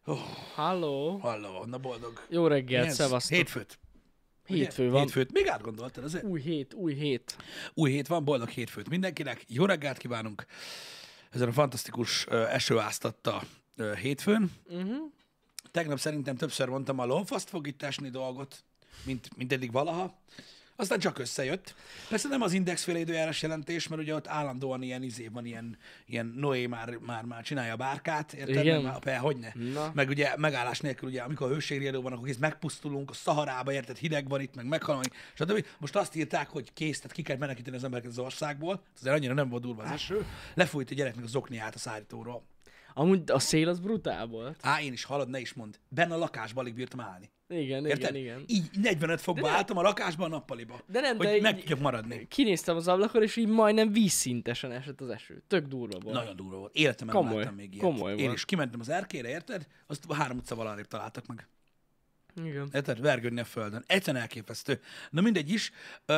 Oh, Halló. halló, na boldog. Jó reggelt, Milyen szevasztok. Hétfőt. Hétfő van. Hétfőt. Még átgondoltad azért? Új hét. Új hét van, boldog hétfőt mindenkinek. Jó reggelt kívánunk. Ezen a fantasztikus esőáztatta hétfőn. Tegnap szerintem többször mondtam, a lófaszt fog itt esni dolgot, mint eddig valaha. Aztán csak összejött. Persze nem az indexféle időjárás jelentés, mert ugye ott állandóan ilyen van, ilyen Noé már csinálja a bárkát, érted? Igen. Hogyne. Na. Meg ugye megállás nélkül, ugye, amikor a hőségriadó van, akkor kész megpusztulunk, a Szaharába, érted, hideg van itt, meg meghalunk, stb. Most azt írták, hogy kész, tehát ki kell menekíteni az embereket az országból, azért annyira nem volt durva az eső, lefújt a gyereknek az okniát a szállítóról. Amúgy a szél az brutál volt. Én is hallod, ne is mondd. Benne a lakásban alig bírtam állni. Igen. Így 45 fokba álltam a lakásban, a nappaliba. De nem, hogy de meg így- tudjak maradni. Kinéztem az ablakon, és így majdnem vízszintesen esett az eső. Tök durva volt. Nagyon durva volt. Életemben nem Komoly. láttam még ilyet. Komoly Én volt. is kimentem az erkére, érted? Azt a 3 utcával arrébb találtak meg. Igen. Érted? Vergődni a földön. Egyszerűen elképesztő. Na mindegy is.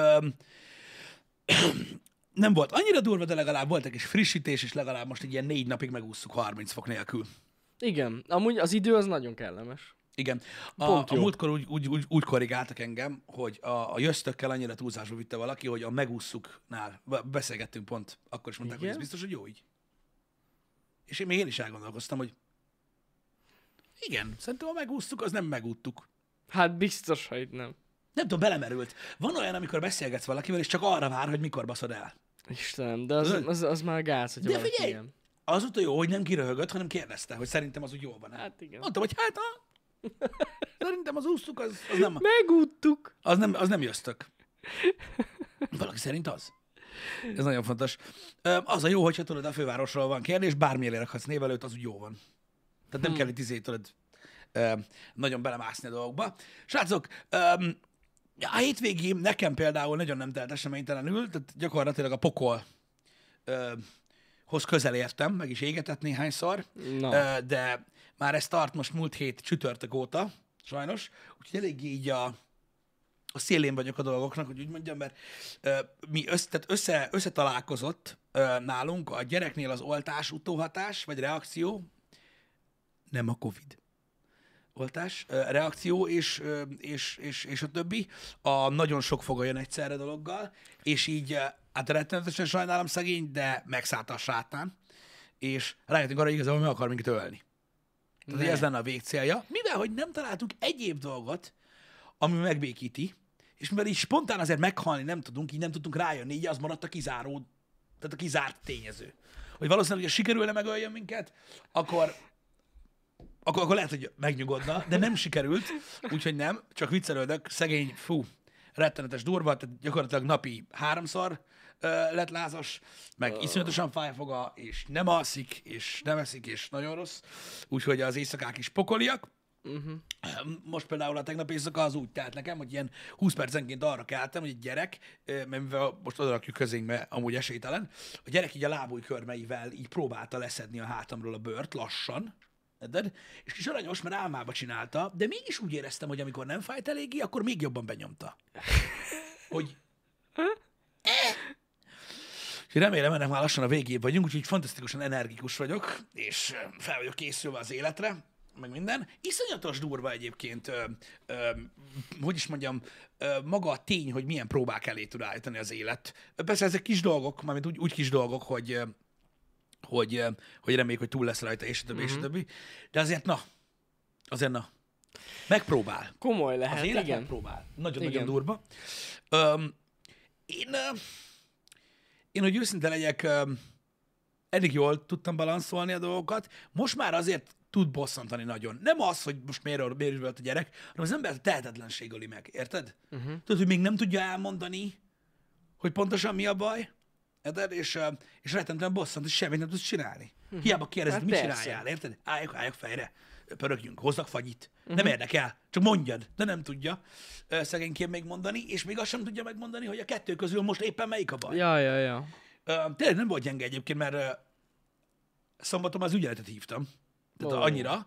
Nem volt annyira durva, de legalább volt egy kis frissítés, és legalább most egy ilyen 4 napig megúsztuk 30 fok nélkül. Igen. Amúgy az idő az nagyon kellemes. Igen. Pont A jó. múltkor úgy korrigáltak engem, hogy a jöztökkel annyira túlzásba vitte valaki, hogy a megúszszuknál, beszélgettünk pont, akkor is mondták, hogy ez Igen? biztos, hogy jó így. És én is elgondolkoztam, hogy igen, szerintem a megúsztuk, az nem megúttuk. Hát biztos, hogy nem. Nem tudom, belemerült. Van olyan, amikor beszélgetsz valakivel, és csak arra vár, hogy mikor baszod el. Istenem, de az már gáz, hogyha De valaki figyelj, ilyen. az volt a jó, hogy nem kiröhögött, hanem kérdezte, hogy szerintem az úgy jól van. Hát igen. Mondtam, hogy szerintem az úsztuk, az nem, Megúttuk. az nem jöztök. Valaki szerint az. Ez nagyon fontos. Az a jó, hogyha tudod, a fővárosról van kérdés, bármilyen rakhatsz névelőt, az úgy jó van. Tehát nem kell itt tudod, nagyon belemászni a dolgokba. Srácok, a hétvégén nekem például nagyon nem telt eseménytelenül, tehát gyakorlatilag a pokol hoz közel értem, meg is égetett néhányszor, Na. de már ez tart most múlt hét csütörtök óta, sajnos, úgyhogy elég így a szélén vagyok a dolgoknak, hogy úgy mondjam, mert mi összetalálkozott nálunk a gyereknél az oltás utóhatás, vagy reakció, nem a Covid oltás, reakció és a többi, a nagyon sok foga jön egyszerre dologgal, és így hát rettenetesen sajnálom szegény, de megszállta a sátán, és rájöttünk arra, hogy igazából meg akar minket ölni. Tehát Ne. ez lenne a végcélja. Mivel, hogy nem találtunk egyéb dolgot, ami megbékíti, és mivel így spontán azért meghalni nem tudunk, így nem tudtunk rájönni, így az maradt a kizáró, tehát a kizárt tényező. Hogy valószínűleg, hogyha sikerülne megöljön minket, akkor lehet, hogy megnyugodna, de nem sikerült, úgyhogy nem, csak viccelődök, szegény, rettenetes durva, tehát gyakorlatilag napi 3-szor lett lázas, meg iszonyatosan fáj a foga, és nem alszik, és nem eszik, és nagyon rossz, úgyhogy az éjszakák is pokoliak. Most például a tegnap éjszaka az úgy telt nekem, hogy ilyen 20 percenként arra keltem, hogy egy gyerek, mert mivel most oda rakjuk közénkbe, amúgy esélytelen, a gyerek így a lábújkörmeivel így próbálta leszedni a hátamról a bőrt lassan, érted? És kis aranyos, mert álmába csinálta, de mégis úgy éreztem, hogy amikor nem fájt eléggé, akkor még jobban benyomta. Hogy... És remélem, ennek már lassan a végén vagyunk, úgyhogy fantasztikusan energikus vagyok, és fel vagyok készülve az életre, meg minden. Iszonyatos durva egyébként, hogy is mondjam, maga a tény, hogy milyen próbák elé tud állítani az élet. Persze ezek kis dolgok, mármint úgy kis dolgok, hogy reméljük, hogy túl lesz rajta, és a többi, és a többi. De azért na. Megpróbál. Komoly Az lehet, élet igen. megpróbál. Nagyon-nagyon Igen. durva. Én, hogy őszinte legyek, eddig jól tudtam balanszolni a dolgokat. Most már azért tud bosszantani nagyon. Nem az, hogy most miért volt a gyerek, hanem az ember tehetetlenség öli meg. Érted? Tudod, hogy még nem tudja elmondani, hogy pontosan mi a baj, érted? És rettentően bosszant, és semmit nem tudsz csinálni. Hiába kérdezed, Hát mit persze. csináljál, érted? Álljak fejre, pörögjünk, hozzak fagyit. Nem érdekel, csak mondjad, de nem tudja szegényként még mondani, és még azt sem tudja megmondani, hogy a kettő közül most éppen melyik a baj. Ja. Tényleg nem volt gyenge egyébként, mert szombaton az ügyeletet hívtam. Tehát Ó. annyira.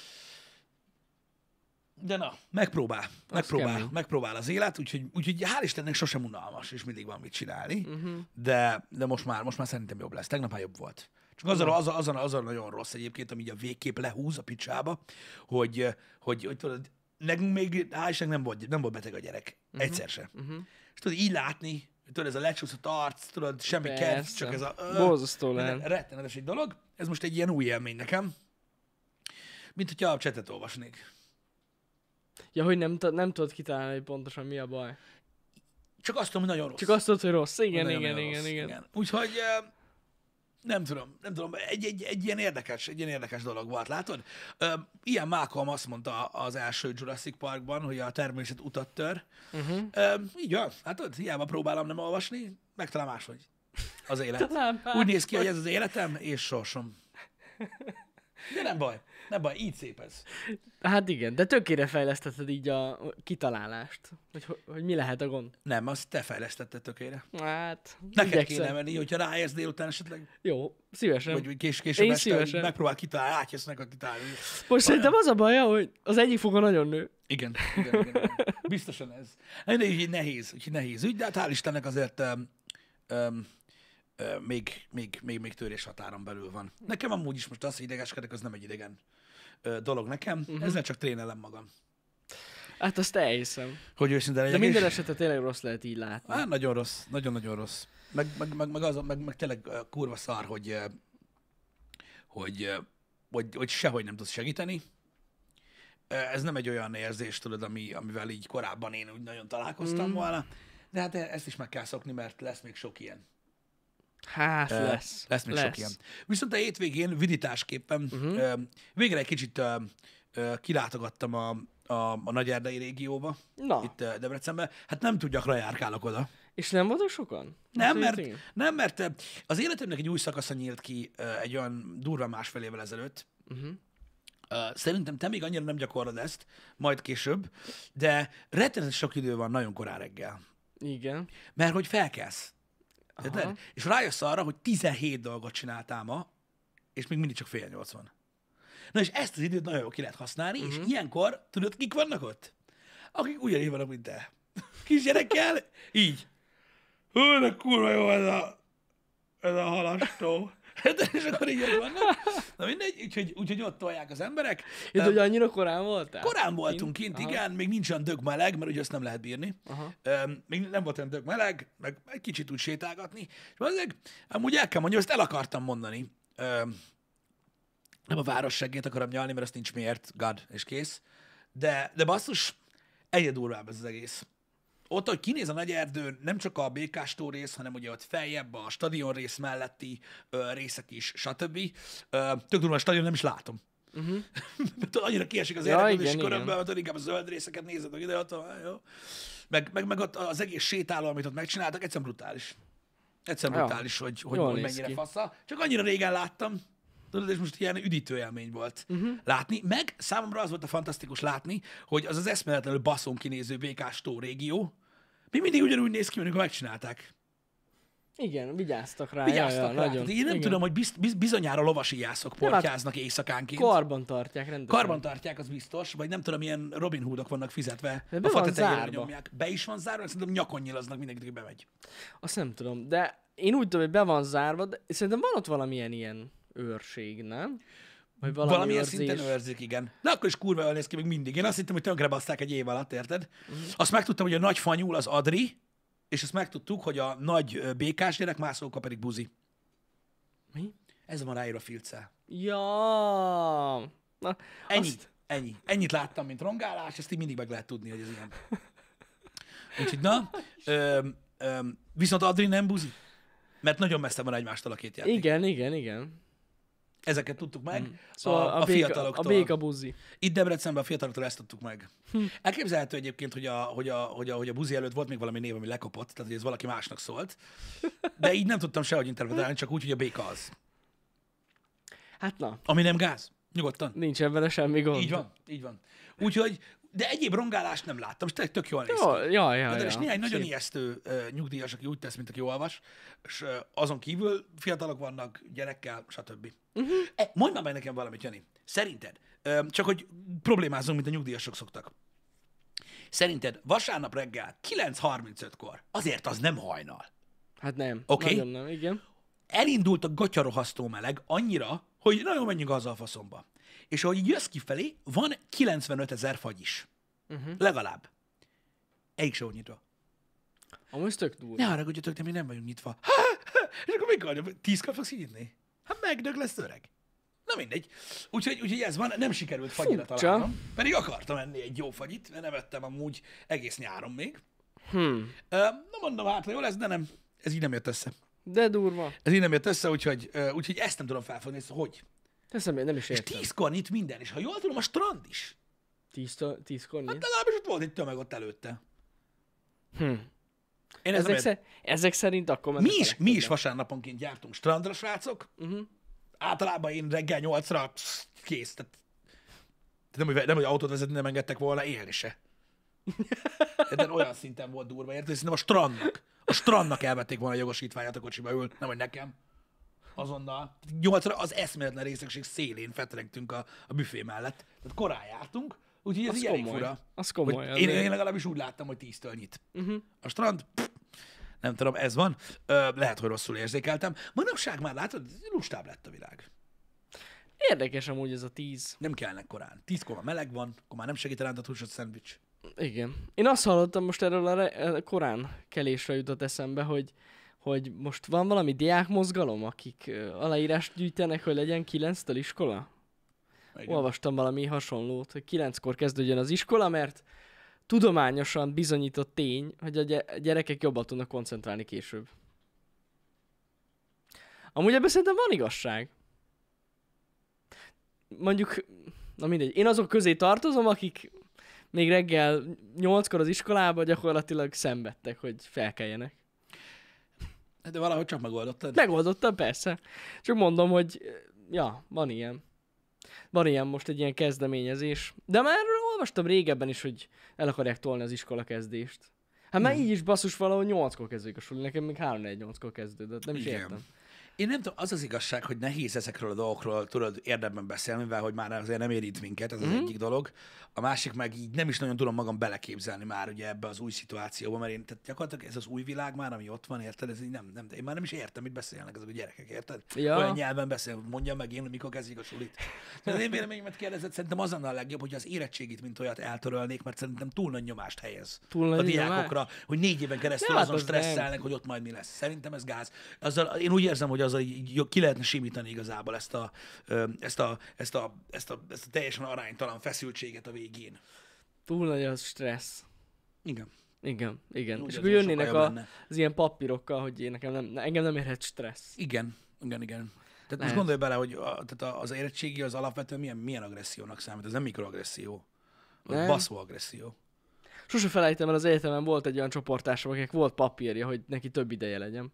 De na, megpróbál az élet, úgyhogy hál' Istennek sosem unalmas, és mindig van mit csinálni, de most már szerintem jobb lesz. Tegnap már jobb volt. Csak azon nagyon rossz egyébként, ami így a végkép lehúz a picsába, hogy tudod, nekünk még hál' Istennek nem volt beteg a gyerek. Egyszer sem. És tudod, így látni, tudod, ez a lecsúszott arc, tudod, semmi kedv, csak ez a... Borzasztó lehet. Rettenetes egy dolog. Ez most egy ilyen új élmény nekem. Mint hogyha a csetet olvasnék. Ja, hogy nem tudod kitalálni, hogy pontosan mi a baj. Csak azt tudom, hogy nagyon rossz. Csak azt tudod, hogy rossz. Hogy Igen, nagyon rossz. igen. Úgyhogy nem tudom. Egy ilyen érdekes dolog volt, látod? Ian Malcolm azt mondta az első Jurassic Parkban, hogy a természet utat tör. Így van, látod? Hiába próbálom nem olvasni, megtalál máshogy az élet. Úgy néz ki, hogy ez az életem és sorsom. De nem baj, így szép ez. Hát igen, de tökére fejlesztetted így a kitalálást, hogy mi lehet a gond. Nem, azt te fejlesztetted tökére. Hát, Neked igyekszem. kéne menni, hogyha ráérsz délután esetleg, Jó, szívesen. vagy később Én este, szívesen. megpróbál kitalálni, átjössz meg a kitálni. Most szerintem az a baja, hogy az egyik foga nagyon nő. Igen. Biztosan ez. Úgyhogy nehéz ügy, de hát hál' Istennek azért még törés határon belül van. Nekem amúgy is most az, hogy idegeskedek, az nem egy idegen dolog nekem. Ezzel csak trénelem magam. Hát azt elhiszem. Hogy őszinte De legyek. minden és- esetre tényleg rossz lehet így látni. Á, nagyon rossz. Nagyon-nagyon rossz. Meg tényleg kurva szar, hogy sehogy nem tudsz segíteni. Ez nem egy olyan érzés, tudod, amivel így korábban én úgy nagyon találkoztam volna. De hát ezt is meg kell szokni, mert lesz még sok ilyen. Hát lesz. Lesz még sok ilyen. Viszont a hétvégén vidításképpen végre egy kicsit kilátogattam a Nagyerdei régióba, Na, itt Debrecenben. Hát nem tud gyakran járkálok oda. és nem voltak sokan? Nem, Azt mondjuk, mert az életemnek egy új szakasza nyílt ki egy olyan durva másfél évvel ezelőtt. Szerintem te még annyira nem gyakorlod ezt, majd később, de rettenetes sok idő van nagyon korán reggel. Igen. Mert hogy felkelsz. Aha. Érted? És rájössz arra, hogy 17 dolgot csináltál ma, és még mindig csak 7:30 van. Na és ezt az időt nagyon jól ki lehet használni, és ilyenkor, tudod, kik vannak ott? Akik ugyanígy vannak, mint te. Kisgyerekkel, így. Hú, de kurva jó ez a halastó. És akkor így ott vannak. Na mindegy, úgyhogy ott tolják az emberek. Itt, hogy annyira korán voltál? Korán voltunk kint, Aha. igen, még nincs olyan dög meleg, mert ugye azt nem lehet bírni. Aha. Még nem volt olyan dög meleg, meg egy kicsit úgy sétálgatni. És azért, amúgy el kell mondjam, ezt el akartam mondani. Nem a városseggét akarom nyalni, mert azt nincs miért, God, és kész. De basszus, egyre durvább ez az egész. Ott, hogy kinéz a nagy erdőn, nem csak a békástó rész, hanem ugye ott feljebb a stadion rész melletti részek is, stb. Tök durva, a stadion nem is látom. Mert annyira kiesik az érdeklődési körömben, mert inkább a zöld részeket nézed, hogy ide ott van, jó. Meg ott az egész sétáló, amit ott megcsináltak, egyszerűen brutális. Egyszerűen brutális, hogy mennyire fasza. Csak annyira régen láttam, tudod, és most ilyen üdítő élmény volt látni. Meg számomra az volt a fantasztikus látni, hogy az eszméletlenül baszón kinéző békástó régió, még mindig ugyanúgy néz ki, amikor megcsinálták. Igen, vigyáztak rá. Vigyáztak rá. Nagyon. Tehát én nem Igen. tudom, hogy bizonyára lovasijászok portyáznak éjszakánként. Karban tartják rendesen. Karban tartják, az biztos, vagy nem tudom, ilyen Robin Hoodok vannak fizetve. De be A fa van tetejére zárva. nyomják. Be is van zárva, szerintem nyakon nyilaznak mindenkit, aki bemegy. Azt nem tudom, de én úgy tudom, hogy be van zárva, de szerintem van ott valamilyen ilyen őrség, nem? Vagy Valamilyen őrzés. szinten őrzik, igen. De akkor is kurva jól néz ki még mindig. Én azt hittem, hogy tönkrebaszták egy év alatt, érted? Azt megtudtam, hogy a nagy fanyúl az Adri, és azt megtudtuk, hogy a nagy békás gyerek mászóka pedig Buzi. Mi? Ez van ráírva filccel. Ja. Na, Ennyi. Ennyit láttam, mint rongálás, ezt így mindig meg lehet tudni, hogy ez ilyen. Úgyhogy na, viszont Adri nem Buzi, mert nagyon messze van egymástól a két játék. Igen. Ezeket tudtuk meg Szóval a fiataloktól. A béka buzi. Itt Debrecenben a fiataloktól ezt tudtuk meg. Elképzelhető egyébként, hogy a Buzi előtt volt még valami név, ami lekopott, tehát hogy ez valaki másnak szólt. De így nem tudtam sehogy interpretálni, csak úgy, hogy a béka az. Hát na, Ami nem gáz. Nyugodtan. nincsen vele semmi gond. Így van. Úgyhogy, de egyéb rongálást nem láttam, és tényleg tök jól néz ki. Ja. És néhány nagyon ijesztő nyugdíjas, aki úgy tesz, mint aki olvas, és azon kívül fiatalok vannak, gyerekkel, stb. Mondj már meg nekem valamit, Jani. Szerinted, csak hogy problémázzunk, mint a nyugdíjasok szoktak. Szerinted vasárnap reggel 9:35-kor, azért az nem hajnal. Hát nem. Oké. Nagyon nem, igen. elindult a gatyarohasztó meleg annyira, hogy nagyon menjünk haza a faszomba. És ahogy így jössz kifelé, van 95 000 fagy is. Legalább. Egyik se volt nyitva. Amúgy ez tök durva. Ne haragudjatok, de mi nem vagyunk nyitva. És akkor mikor? 10-kor fogsz így nyitni? Hát megdög lesz öreg. Na mindegy. Úgyhogy ez van, nem sikerült fagyira Furcsa. találnom. Pedig akartam enni egy jó fagyit, mert nem ettem amúgy egész nyáron még. Na mondom, hát ha jó lesz, de nem. Ez így nem jött össze. De durva. Ez így nem jött össze, úgyhogy ezt nem tudom felfogni, ezt hogy. Teszem, nem is És értem. 10-kor nyit minden, és ha jól tudom, a strand is. 10-kor Hát nyit? legalábbis ott volt egy tömeg ott előtte. Én ezt nem Ezek szerint akkor mi mennek a is legtöbben. vasárnaponként jártunk strandra, srácok. Általában én reggel 8-ra kész. Tehát nem, hogy autót vezetni nem engedtek volna, élni se. De olyan szinten volt durva, érted? Szerintem a strandnak elvették volna a jogosítványát a kocsiba ül, nem, hogy nekem. Azonnal. 8-ra az eszméletlen részegség szélén fetrengtünk a büfé mellett. Tehát korán jártunk, úgyhogy ez Az így elég komoly. fura. Az komoly. Hogy én legalábbis úgy láttam, hogy 10-től nyit. A strand, nem tudom, ez van. Lehet, hogy rosszul érzékeltem. Manapság már látod, lustább lett a világ. Érdekes amúgy ez a 10. Nem kellene korán. 10-kor már meleg van, akkor már nem segít a rántott húsot szendvics. Igen. Én azt hallottam most erről a korán kelésre jutott eszembe, hogy most van valami diákmozgalom, akik aláírást gyűjtenek, hogy legyen 9-től iskola? Igen. Olvastam valami hasonlót, hogy 9-kor kezdődjön az iskola, mert tudományosan bizonyított tény, hogy a gyerekek jobban tudnak koncentrálni később. Amúgy ebben szerintem van igazság. Mondjuk, na mindegy, én azok közé tartozom, akik még reggel 8-kor az iskolába gyakorlatilag szenvedtek, hogy felkeljenek. De valahogy csak megoldottad. Megoldottam, persze. Csak mondom, hogy ja, van ilyen. Van ilyen most egy ilyen kezdeményezés. De már erről olvastam régebben is, hogy el akarják tolni az iskola kezdést. Hát már így is basszus valahogy 8-kor kezdődik a suli, nekem még 3-4-8-kor kezdődött, nem is Igen. értem. Én nem tudom, az az igazság, hogy nehéz ezekről a dolgokról tudod érdemben beszélni, mivel hogy már azért nem érint minket, ez az egyik dolog. A másik meg így nem is nagyon tudom magam beleképzelni már ugye ebbe az új szituációba, mert én, tehát gyakorlatilag ez az új világ már, ami ott van, érted, ez így nem, én már nem is értem, mit beszélnek ezek a gyerekek, érted? Ja. Olyan nyelven beszél, mondjam meg én, hogy mikor kezdjük a sulit. Tehát én véleményemet kérdezett, szerintem az lenne a legjobb, hogy az érettségit, mint olyat eltörölnék, mert szerintem túl nagy nyomást helyez Túl nagy a diákokra, hogy 4 éven keresztül Ja, azon hát az stresszelnek, hogy ott majd mi lesz. Szerintem ez gáz. Azzal, én úgy érzem, hogy azzal így ki lehetne simítani igazából ezt a teljesen aránytalan feszültséget a végén. Túl nagy az stressz. Igen. Igen. Úgy És érzem, akkor jönnének sokkal jobb lenne. az ilyen papírokkal, hogy engem nem érhet stressz. Igen. Tehát most Lehet. gondolj bele, hogy tehát az érettségi az alapvetően milyen agressziónak számít. Ez nem mikroagresszió. Az Nem. baszó agresszió. Sose felejtem el, az egyetemen volt egy olyan csoporttársam, akinek volt papírja, hogy neki több ideje legyen.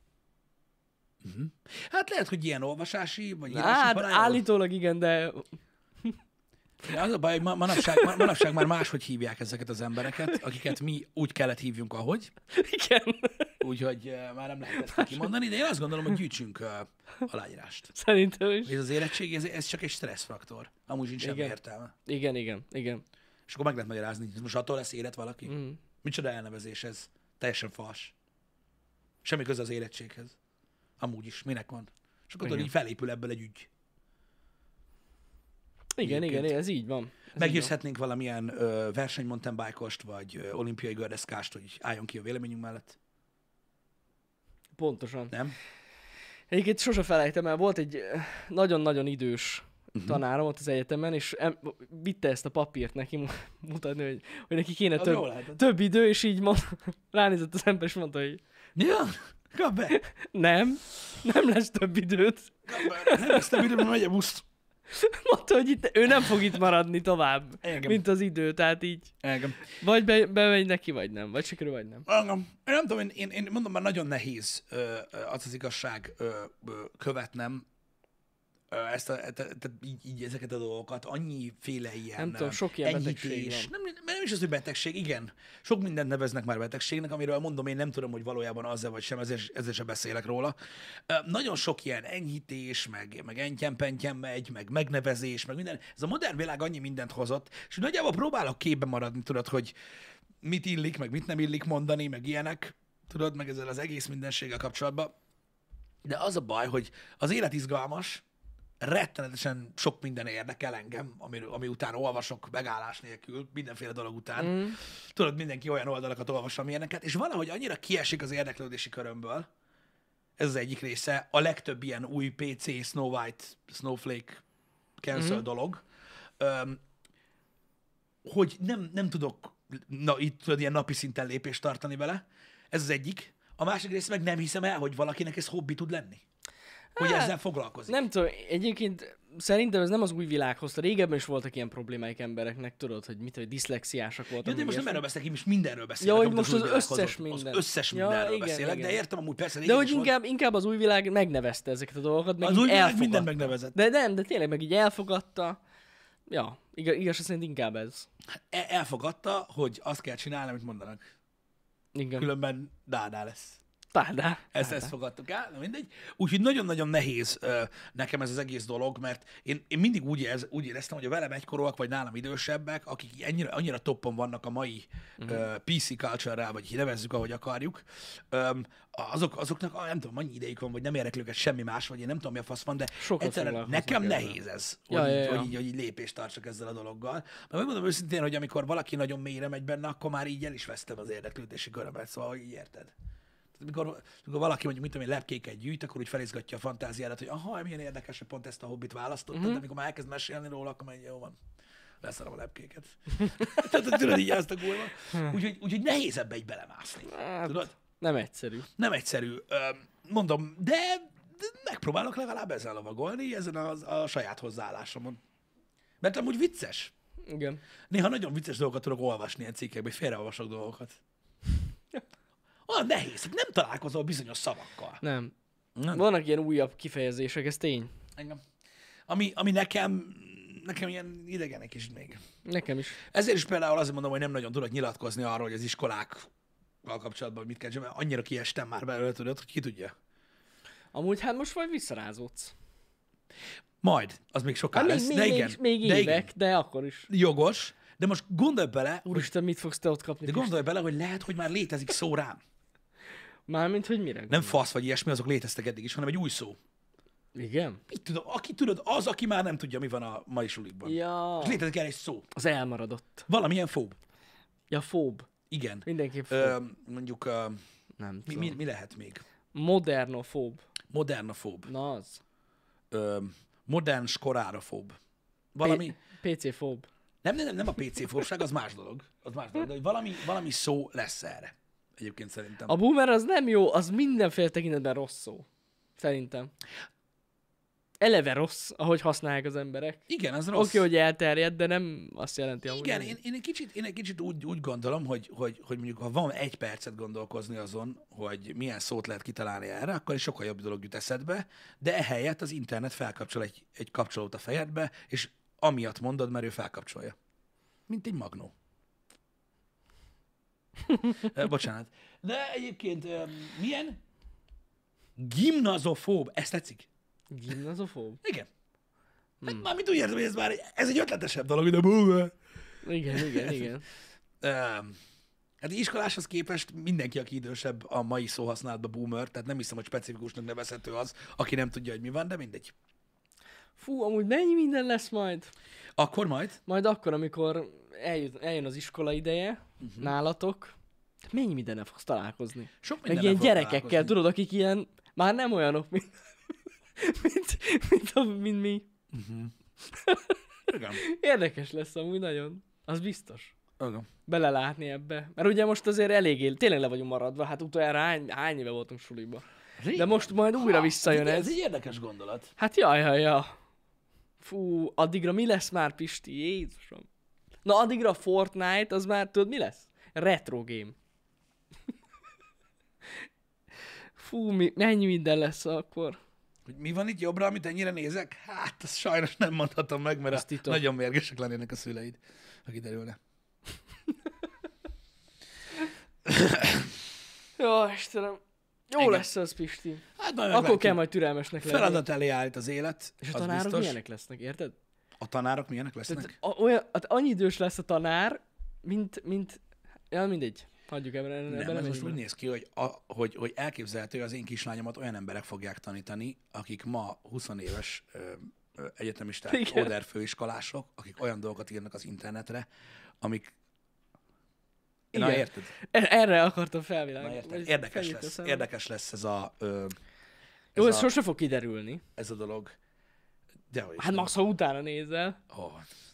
Hát lehet, hogy ilyen olvasási, vagy írási Hát parányol. állítólag igen, de Ja, az a baj, hogy manapság már máshogy hívják ezeket az embereket, akiket mi úgy kellett hívjunk, ahogy. igen. Úgyhogy már nem lehet ezt kimondani, de én azt gondolom, hogy gyűjtsünk aláírást. Szerintem is. Ez az érettség, ez csak egy stresszfaktor. Amúgy sincs semmi Igen. értelme. Igen. És akkor meg lehet magyarázni, ez most attól lesz élet valaki? Mm. Micsoda elnevezés ez? Teljesen fals. Semmi köze az érettséghez. Amúgy is, minek van? És akkor tudod, Igen. így felépül ebből egy ügy. Igen, Egyébként. ez így van. Ez így van. Meggyőzhetnénk valamilyen verseny mountainbike-ost, vagy olimpiai gördeszkást, hogy álljon ki a véleményünk mellett. Pontosan. Nem? Egyébként sose felejtem el, volt egy nagyon-nagyon idős tanárom ott az egyetemen, és vitte ezt a papírt neki mutatni, hogy neki kéne Az jó lehetett. több idő, és így ránézett az ember, és mondta, hogy Ja, kap be! nem lesz több időt. Kap be! Nem lesz több időben, megy a busz. Mondta, hogy itt, ő nem fog itt maradni tovább, Engem. mint az idő, tehát így Engem. vagy bemegy neki, vagy nem, vagy sikerül, vagy nem. Engem. Én nem tudom, én mondom, már nagyon nehéz az igazság követnem így ezeket a dolgokat, annyiféle ilyen Nem tudom, sok ilyen betegség van. Nem is az, hogy betegség, igen. Sok mindent neveznek már betegségnek, amiről mondom, én nem tudom, hogy valójában az-e vagy sem, ezzel sem beszélek róla. Nagyon sok ilyen enyhítés, meg entyem-pentyem megy, meg megnevezés, meg minden. Ez a modern világ annyi mindent hozott, és nagyjából próbálok képbe maradni, tudod, hogy mit illik, meg mit nem illik mondani, meg ilyenek, tudod, meg ezzel az egész mindenséggel kapcsolatban. De az a baj, hogy az élet izgalmas, rettenetesen sok minden érdekel engem, ami után olvasok megállás nélkül, mindenféle dolog után. Tudod, mindenki olyan oldalakat olvas, amilyeneket, és valahogy annyira kiesik az érdeklődési körömből, ez az egyik része, a legtöbb ilyen új PC, Snow White, Snowflake cancel dolog, hogy nem tudok itt tudod, ilyen napi szinten lépést tartani vele. Ez az egyik. A másik része meg nem hiszem el, hogy valakinek ez hobbi tud lenni. Hogy ezzel foglalkozik. Nem tudom, egyébként szerintem ez nem az új világ hozta. Régebben is voltak ilyen problémáik embereknek, tudod, hogy hogy diszlexiásak voltak. Ja, de most nem erről beszélek, én most mindenről beszélek. Ja, hogy amit most az új világ összes hozott. minden. Az összes Ja, mindenről igen, beszélek, igen. de értem amúgy persze. De hogy régen is volt. inkább az új világ megnevezte ezeket a dolgokat, meg Az így új világ elfogadta. mindent megnevezett. De tényleg meg így elfogadta. Ja, igaz szerint inkább ez. Elfogadta, hogy azt kell csinálni, amit mondanak. Igen. Különben dádá lesz. Tádá. Ezt fogadtuk el, na mindegy. Úgyhogy nagyon-nagyon nehéz nekem ez az egész dolog, mert én mindig úgy éreztem, hogy a velem egykorúak, vagy nálam idősebbek, akik annyira toppon vannak a mai PC culture-rel, vagy nevezzük, ahogy akarjuk, azoknak nem tudom, annyi idejük van, vagy nem érdekel őket semmi más, vagy én nem tudom, mi a fasz van, de Sokat egyszerűen foglalkoznak nekem ezzel. nehéz ez, Ja. hogy így lépést tartsak ezzel a dologgal. Mert megmondom őszintén, hogy amikor valaki nagyon mélyre megy benne, akkor már így el is vesztem az érdeklődési körömet, szóval hogy így érted. Amikor valaki mondjuk, mit tudom én, lepkéket gyűjt, akkor úgy felizgatja a fantáziádat, hogy aha, milyen érdekes, hogy pont ezt a hobbit választottad, de amikor már elkezd mesélni róla, akkor már jó van, leszarom a lepkéket. Tehát tudod, így azt a kurva. Úgyhogy nehéz ebbe így belemászni. Hát, Tudod? nem egyszerű. Nem egyszerű. Mondom, de megpróbálok legalább ezzel lovagolni, ezen a saját hozzáállásomon. Mert amúgy vicces. Igen. Néha nagyon vicces dolgokat tudok olvasni ilyen cikkekben, hogy félreolvasok dolgokat. Olyan nehéz, hogy nem találkozol bizonyos szavakkal. Nem. Nem. Vannak ilyen újabb kifejezések, ez tény. Engem. Ami nekem ilyen idegenek is még. Nekem is. Ezért is például azért mondom, hogy nem nagyon tudok nyilatkozni arról, hogy az iskolákkal kapcsolatban mit kell csinálni, mert annyira kiestem már belőle, tudod, hogy ki tudja. Amúgy hát most majd visszarázódsz. Majd, az még soká Hát lesz, de igen. még de évek, igen. de akkor is. Jogos, de most gondolj bele, Úristen, mit fogsz te ott kapni? de gondolj bele, hogy lehet, hogy már létezik szó rám. Mármint, hogy mire? Nem fasz vagy ilyesmi, azok léteztek eddig is, hanem egy új szó. Igen? Mit tudom, aki már nem tudja, mi van a mai sulikban. Ja. És létezik el egy szó. Az elmaradott. Valamilyen fób. Ja, fób. Igen. Mindenképp fób. Mondjuk, Nem tudom. mi lehet még? Modernofób. Modernofób. Na az. Modern skorárofób. Valami... PC-fób. Nem a PC-fóbság, az más dolog. Az más dolog, de hogy valami szó lesz erre. Egyébként szerintem. A boomer az nem jó, az mindenféle tekintetben rossz szó. Szerintem. Eleve rossz, ahogy használják az emberek. Igen, az rossz. Oké, hogy elterjed, de nem azt jelenti, amúgy. Igen, én egy kicsit úgy gondolom, hogy mondjuk, ha van egy percet gondolkozni azon, hogy milyen szót lehet kitalálni erre, akkor is sokkal jobb dolog jut eszedbe, de ehelyett az internet felkapcsol egy kapcsolót a fejedbe, és amiatt mondod, mert ő felkapcsolja. Mint egy magnó. Bocsánat. De egyébként milyen? Gimnazofób. Ezt tetszik? Gimnazofób? Igen. Mármint úgy értem, hogy ez egy ötletesebb dolog, mint a boomer. Igen. Hát iskoláshoz képest mindenki, aki idősebb a mai szóhasználatban boomer, tehát nem hiszem, hogy specifikusnak nevezhető az, aki nem tudja, hogy mi van, de mindegy. Fú, amúgy mennyi minden lesz majd? Akkor majd? Majd akkor, amikor eljön az iskola ideje, nálatok, mennyi mindennel fogsz találkozni? Sok Meg mindennel ilyen fog gyerekekkel, találkozni. tudod, akik ilyen, már nem olyanok, mint mi. Igen. Érdekes lesz amúgy nagyon. Az biztos. Igen. Belelátni ebbe. Mert ugye most azért eléggé, tényleg le vagyunk maradva. Hát utoljára hány éve voltunk suliba. De most majd újra visszajön Ez ez. egy érdekes gondolat. Hát ja. Fú, addigra mi lesz már, Pisti? Jézusom. Na, addigra a Fortnite, az már tudod mi lesz? Retro game. Fú, mennyi minden lesz akkor. Hogy mi van itt jobbra, amit ennyire nézek? Hát, azt sajnos nem mondhatom meg, mert Azt titok. nagyon mérgesek lennének a szüleid, ha kiderülne. Jó, Istenem. Jó Engem. lesz az, Pisti. Hát majd Akkor meglátjuk. kell majd türelmesnek lenni. Feladat elé állít az élet, És a az tanárok biztos. milyenek lesznek, érted? A tanárok milyenek lesznek? Tehát, hát annyi idős lesz a tanár, mint ja, mindegy. Hagyjuk ebben Nem, nem ez most úgy néz ki, hogy elképzelhető, hogy az én kislányomat olyan emberek fogják tanítani, akik ma 20 éves egyetemisták, Igen. oder főiskolások, akik olyan dolgokat írnak az internetre, amik... Na, Igen. érted? Erre akartam Na, felvilágítani. érted? Érdekes lesz ez a... Jó, ez sose fog kiderülni. ez a dolog. Dehogy is Hát nem. max, ha utána nézel. Ó.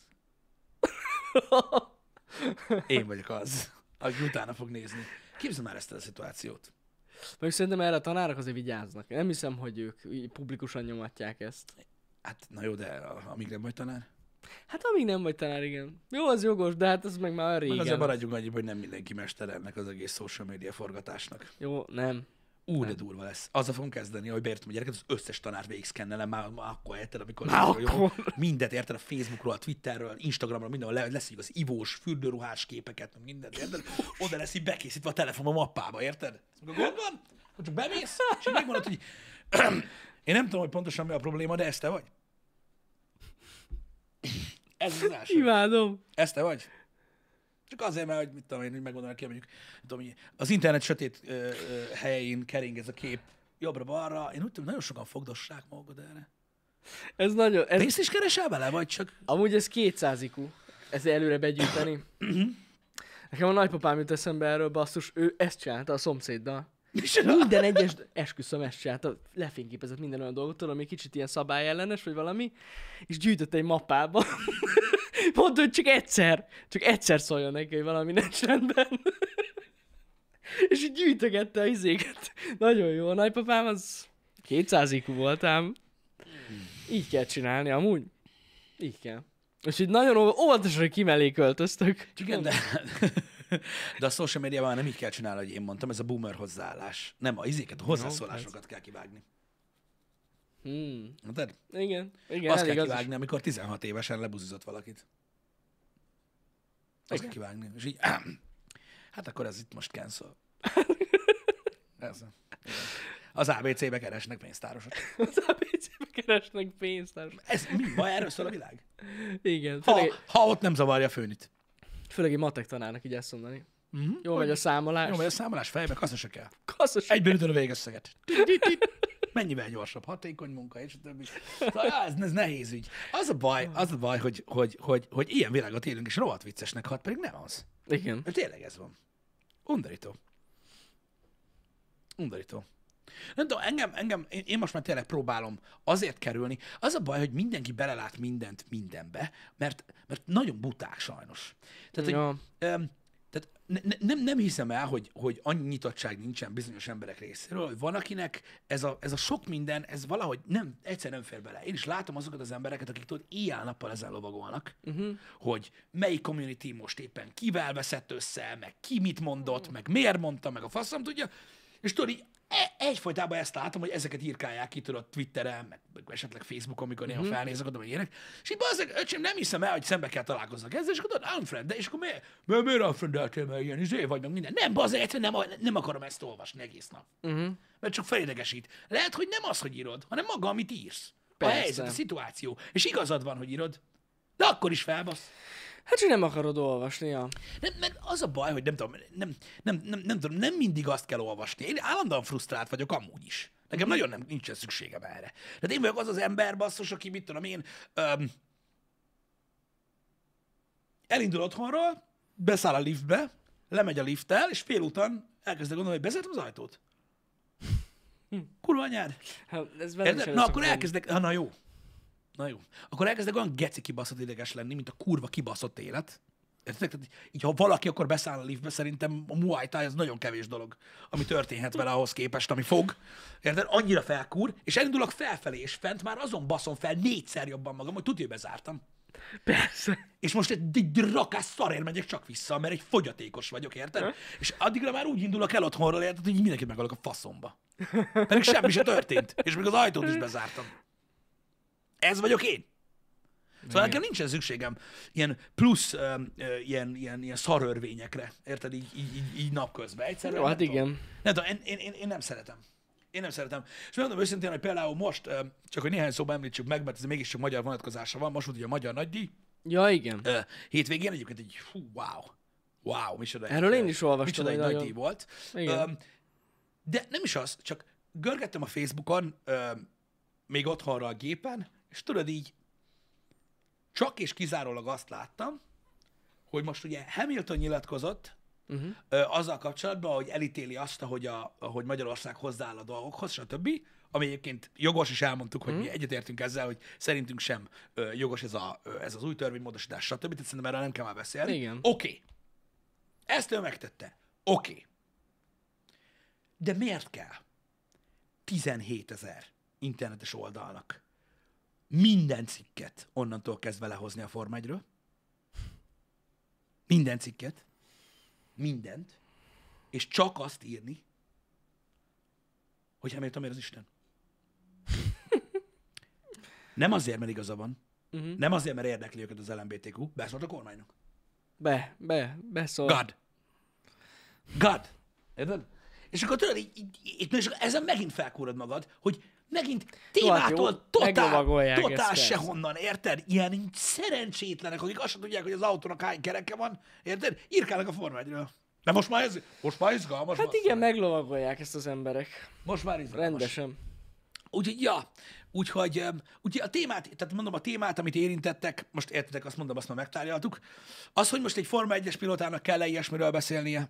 Én vagyok az, aki utána fog nézni. Képzeld már ezt a szituációt. Meg szerintem erre a tanárok azért vigyáznak. Én nem hiszem, hogy ők így publikusan nyomatják ezt. Hát, na jó, de amíg nem vagy tanár. Hát amíg nem vagy tanár, igen. Jó, az jogos, de hát ez meg már olyan Meg régen. azért maradjunk annyiban, hogy nem mindenki mester ennek az egész social media forgatásnak. Jó, nem. De durva lesz. Azzal fogunk kezdeni, hogy beértem a gyereket, az összes tanár végigszkennelem, már akkor érted, amikor Már jó, akkor. mindent érted a Facebookról, a Twitterről, Instagramról, mindenhol lesz így az ivós, fürdőruhás képeket, meg mindent, érted? Oda lesz így bekészítve a telefon a mappába, érted? Akkor gond van, hogy csak bemész, és így megmondod, hogy én nem tudom, hogy pontosan mi a probléma, de ez te vagy. Ez az első. Imádom. Ez te vagy? Csak azért, mert, hogy mit tudom én, hogy megmondom neki, mondjuk, nem tudom, hogy az internet sötét helyein kering ez a kép jobbra-balra. Én úgy tudom, nagyon sokan fogdossák magukat erre. Ez nagyon... Ez, Pénzt is keresel vele, vagy csak... amúgy ez 200 IQ. Ez előre begyűjteni. Nekem a nagypapám jut eszembe erről, basszus, ő ezt csinálta a szomszéddal. Minden egyes, esküszöm, ezt csinálta, lefényképezett minden olyan dolgot, tudom, ami kicsit ilyen szabályellenes, vagy valami, és gyűjtött egy mappába. Mondta, hogy csak egyszer szóljon neki, hogy valami nincs rendben. És így gyűjtögette a izéket. Nagyon jó, a nagypapám az 200 IQ volt ám. Így kell csinálni, amúgy. Így kell. És így nagyon óvatosan, hogy ki mellé költöztök. Igen, de a social médiában nem így kell csinálni, hogy én mondtam, ez a boomer hozzáállás. Nem, a izéket, a hozzászólásokat kell kivágni. De Igen, azt elég kell az is. kivágni, amikor 16 évesen lebuzizott valakit. Azt kell kivágni. És így, hát akkor ez itt most cancel. Ez. Igen. Az ABC-be keresnek pénztárosat. Az ABC-be keresnek pénzt. Ez mi baj, erről szól a világ? Igen, Ha ott nem zavarja a főnit. főleg egy matek tanárnak így ezt mondani. Jó megy a számolás. Jó, vagy a számolás fejbe, kassa se kell. Kasszos. Egyben ütöd a végösszeget. Mennyivel gyorsabb, hatékony munka, és a többi. Szóval, ez nehéz ügy. Az a baj, hogy ilyen világot élünk, és rohadt viccesnek hat, pedig nem az. Igen. De tényleg ez van. Undorító. Undorító. Nem tudom, én most már tényleg próbálom azért kerülni. Az a baj, hogy mindenki belelát mindent mindenbe, mert nagyon buták sajnos. Tehát, Ja. hogy, tehát nem hiszem el, hogy annyi nyitottság nincsen bizonyos emberek részéről, hogy van, akinek ez a sok minden, ez valahogy egyszerűen nem fér bele. Én is látom azokat az embereket, akik tudod, éjjel-nappal ezen lovagolnak, hogy melyik community most éppen kivel veszett össze, meg ki mit mondott, meg miért mondta, meg a faszom tudja, és tudod, így egyfolytában ezt látom, hogy ezeket írkálják ki, tudod, Twitteren, meg esetleg Facebookon, amikor néha felnézek oda, vagy ilyenek. És így bazdmeg, öcsém, nem hiszem el, hogy szembe kell találkozzak ezzel, és akkor tudod, unfriend, de és akkor miért unfriendeltél, mert ilyen izé vagy, meg minden. Nem, bazdmeg, egyszerűen nem akarom ezt olvasni egész nap. Mert csak felidegesít. Lehet, hogy nem az, hogy írod, hanem maga, amit írsz. Persze. A helyzet, a szituáció. És igazad van, hogy írod, de akkor is felbasz. Hát, hogy nem akarod olvasni, ja. Nem, mert az a baj, hogy nem tudom, nem tudom, nem mindig azt kell olvasni. Én állandóan frusztrált vagyok amúgy is. Nekem nagyon nincsen szükségem erre. Tehát én vagyok az az ember, basszus, aki mit tudom én, elindul otthonról, beszáll a liftbe, lemegy a lifttel, és félúton elkezdek gondolni, hogy bezártam az ajtót. Kurva anyád. Hát, ez velem Érted? sem Na lesz akkor a gond. elkezdek, na jó. Na jó. Akkor elkezdek olyan geci kibaszott ideges lenni, mint a kurva kibaszott élet. Érted? Tehát így, ha valaki akkor beszáll a liftbe, szerintem a Muay Thai az nagyon kevés dolog, ami történhet vele ahhoz képest, ami fog. Érted? Annyira felkúr, és elindulok felfelé, és fent már azon baszom fel 4-szer jobban magam, hogy tudja, hogy bezártam. Persze. És most egy rakás szarér megyek csak vissza, mert egy fogyatékos vagyok, érted? És addigra már úgy indulok el otthonról, érted, hogy mindenkit megalok a faszomba. Pedig semmi se történt, és még az ajtót is bezártam. Ez vagyok én. Szóval nekem nincsen szükségem ilyen plusz ilyen szarörvényekre, érted, így napközben. Egyszerűen Jó, hát nem tudom. igen. Nem tudom, én nem szeretem. Én nem szeretem. És megmondom őszintén, hogy például most, csak hogy néhány szóban említsük meg, mert ez mégiscsak magyar vonatkozása van, most volt ugye a Magyar Nagydíj, Ja, igen. hétvégén egyébként egy wow. Wow, micsoda. Erről én is olvastam, Micsoda egy hogy nagy nagyon- díj volt. Igen. De nem is az, csak görgettem a Facebookon, még otthonra a gépen, és tudod így, csak és kizárólag azt láttam, hogy most ugye Hamilton nyilatkozott azzal kapcsolatban, hogy elítéli azt, hogy Magyarország hozzááll a dolgokhoz, stb. Ami egyébként jogos, és elmondtuk, hogy mi egyetértünk ezzel, hogy szerintünk sem jogos ez az új törvénymódosítás, stb. Tehát szerintem erről nem kell már beszélni. Igen. Oké. Ezt ő megtette. Oké. De miért kell 17 000 internetes oldalnak minden cikket onnantól kezdve lehozni a Forma 1-ről? Minden cikket. Mindent. És csak azt írni, hogy Hamilton miért az Isten. Nem azért, mert igaza van. Nem azért, mert érdekli őket az LMBTQ. Beszólt a kormánynak. Beszól. God. Érted? És akkor tudod, és ezen megint felkúrod magad, hogy megint témától meglovagolják ezt, totál persze. sehonnan, érted? Ilyen szerencsétlenek, akik azt sem tudják, hogy az autónak hány kereke van, érted? Írkálnak a Forma 1-ről. De most már izgalmas. Hát basszus. igen, meglovagolják ezt az emberek. Most már izgalmas. Rendesen. Úgyhogy a témát, tehát mondom a témát, amit érintettek, most értitek, azt mondom, azt már megtárgyaltuk. Az, hogy most egy Forma 1-es pilótának kell-e ilyesmiről beszélnie,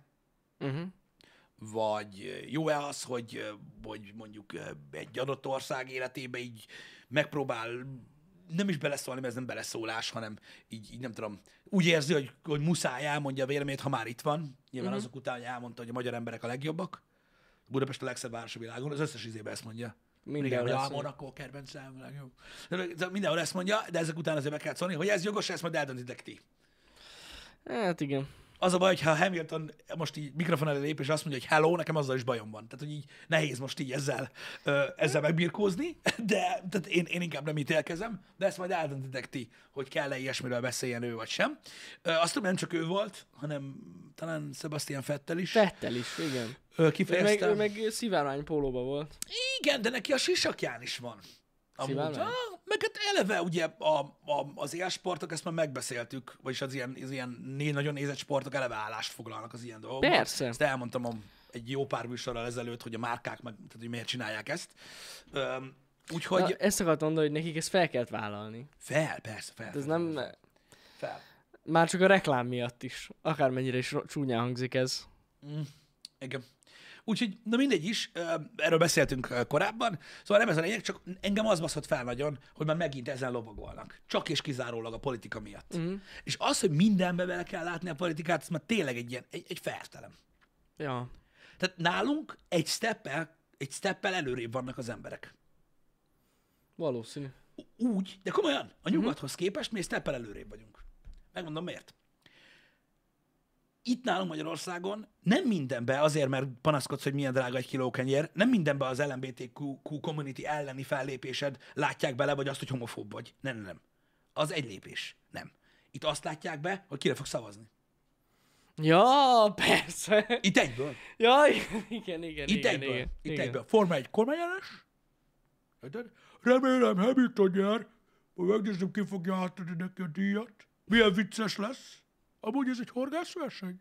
vagy jó-e az, hogy mondjuk egy adott ország életébe így megpróbál nem is beleszólni, mert ez nem beleszólás, hanem így nem tudom, úgy érzi, hogy muszáj elmondja a véleményét, ha már itt van. Nyilván azok után, hogy elmondta, hogy a magyar emberek a legjobbak. Budapest a legszebb város a világon, az összes izébe ezt mondja. Mindenhol Igen, ezt hogy Monaco kedvencem, a legjobb. Mindenhol ezt mondja, de ezek után azért meg kell szólni, hogy ez jogos, ezt majd eldöntitek ti. Hát igen. Az a baj, hogyha Hamilton most így mikrofon elé lép, és azt mondja, hogy hello, nekem azzal is bajom van. Tehát, hogy így nehéz most így ezzel megbirkózni, de tehát én inkább nem ítélkezem, de ezt majd eldöntitek ti, hogy kell-e ilyesmiről beszéljen ő, vagy sem. Azt tudom, nem csak ő volt, hanem talán Sebastian Vettel is Vettel is, igen. kifejezte. Ő meg szivárvány pólóba volt. Igen, de neki a sisakján is van. Amúgy. Szivárvány? Meg hát eleve ugye az élsportok, ezt már megbeszéltük, vagyis az ilyen nagyon nézett sportok eleve állást foglalnak az ilyen dolgokban. Persze. Ezt elmondtam egy jó pár műsorral ezelőtt, hogy a márkák meg, tehát hogy miért csinálják ezt. Úgyhogy Na, ezt akartam mondani, hogy nekik ezt fel kellett vállalni. persze. Ez nem... Fel. Már csak a reklám miatt is. Akármennyire is csúnyán hangzik ez. Igen. Úgyhogy, na mindegy is, erről beszéltünk korábban, szóval nem ez a lényeg, csak engem az baszott fel nagyon, hogy már megint ezen lovagolnak. Csak és kizárólag a politika miatt. És az, hogy mindenbe bele kell látni a politikát, ez már tényleg egy fertelem. Ja. Tehát nálunk egy steppel előrébb vannak az emberek. Valószínű. Úgy, de komolyan, a nyugathoz képest mi egy steppel előrébb vagyunk. Megmondom miért. Itt nálunk Magyarországon nem mindenbe, azért, mert panaszkodsz, hogy milyen drága egy kiló kenyér, nem mindenbe az LMBTQ community elleni fellépésed látják bele, vagy azt, hogy homofób vagy. Nem. Az egy lépés. Nem. Itt azt látják be, hogy kire fog szavazni. Ja, persze. Itt egyből. Ja, igen. Itt egyből. Forma 1 kormányellenes. Érted? Remélem Hamilton nyer, hogy megnézzem, ki fogja átadni neki a díjat. Milyen vicces lesz. Amúgy ez egy horgászverseny.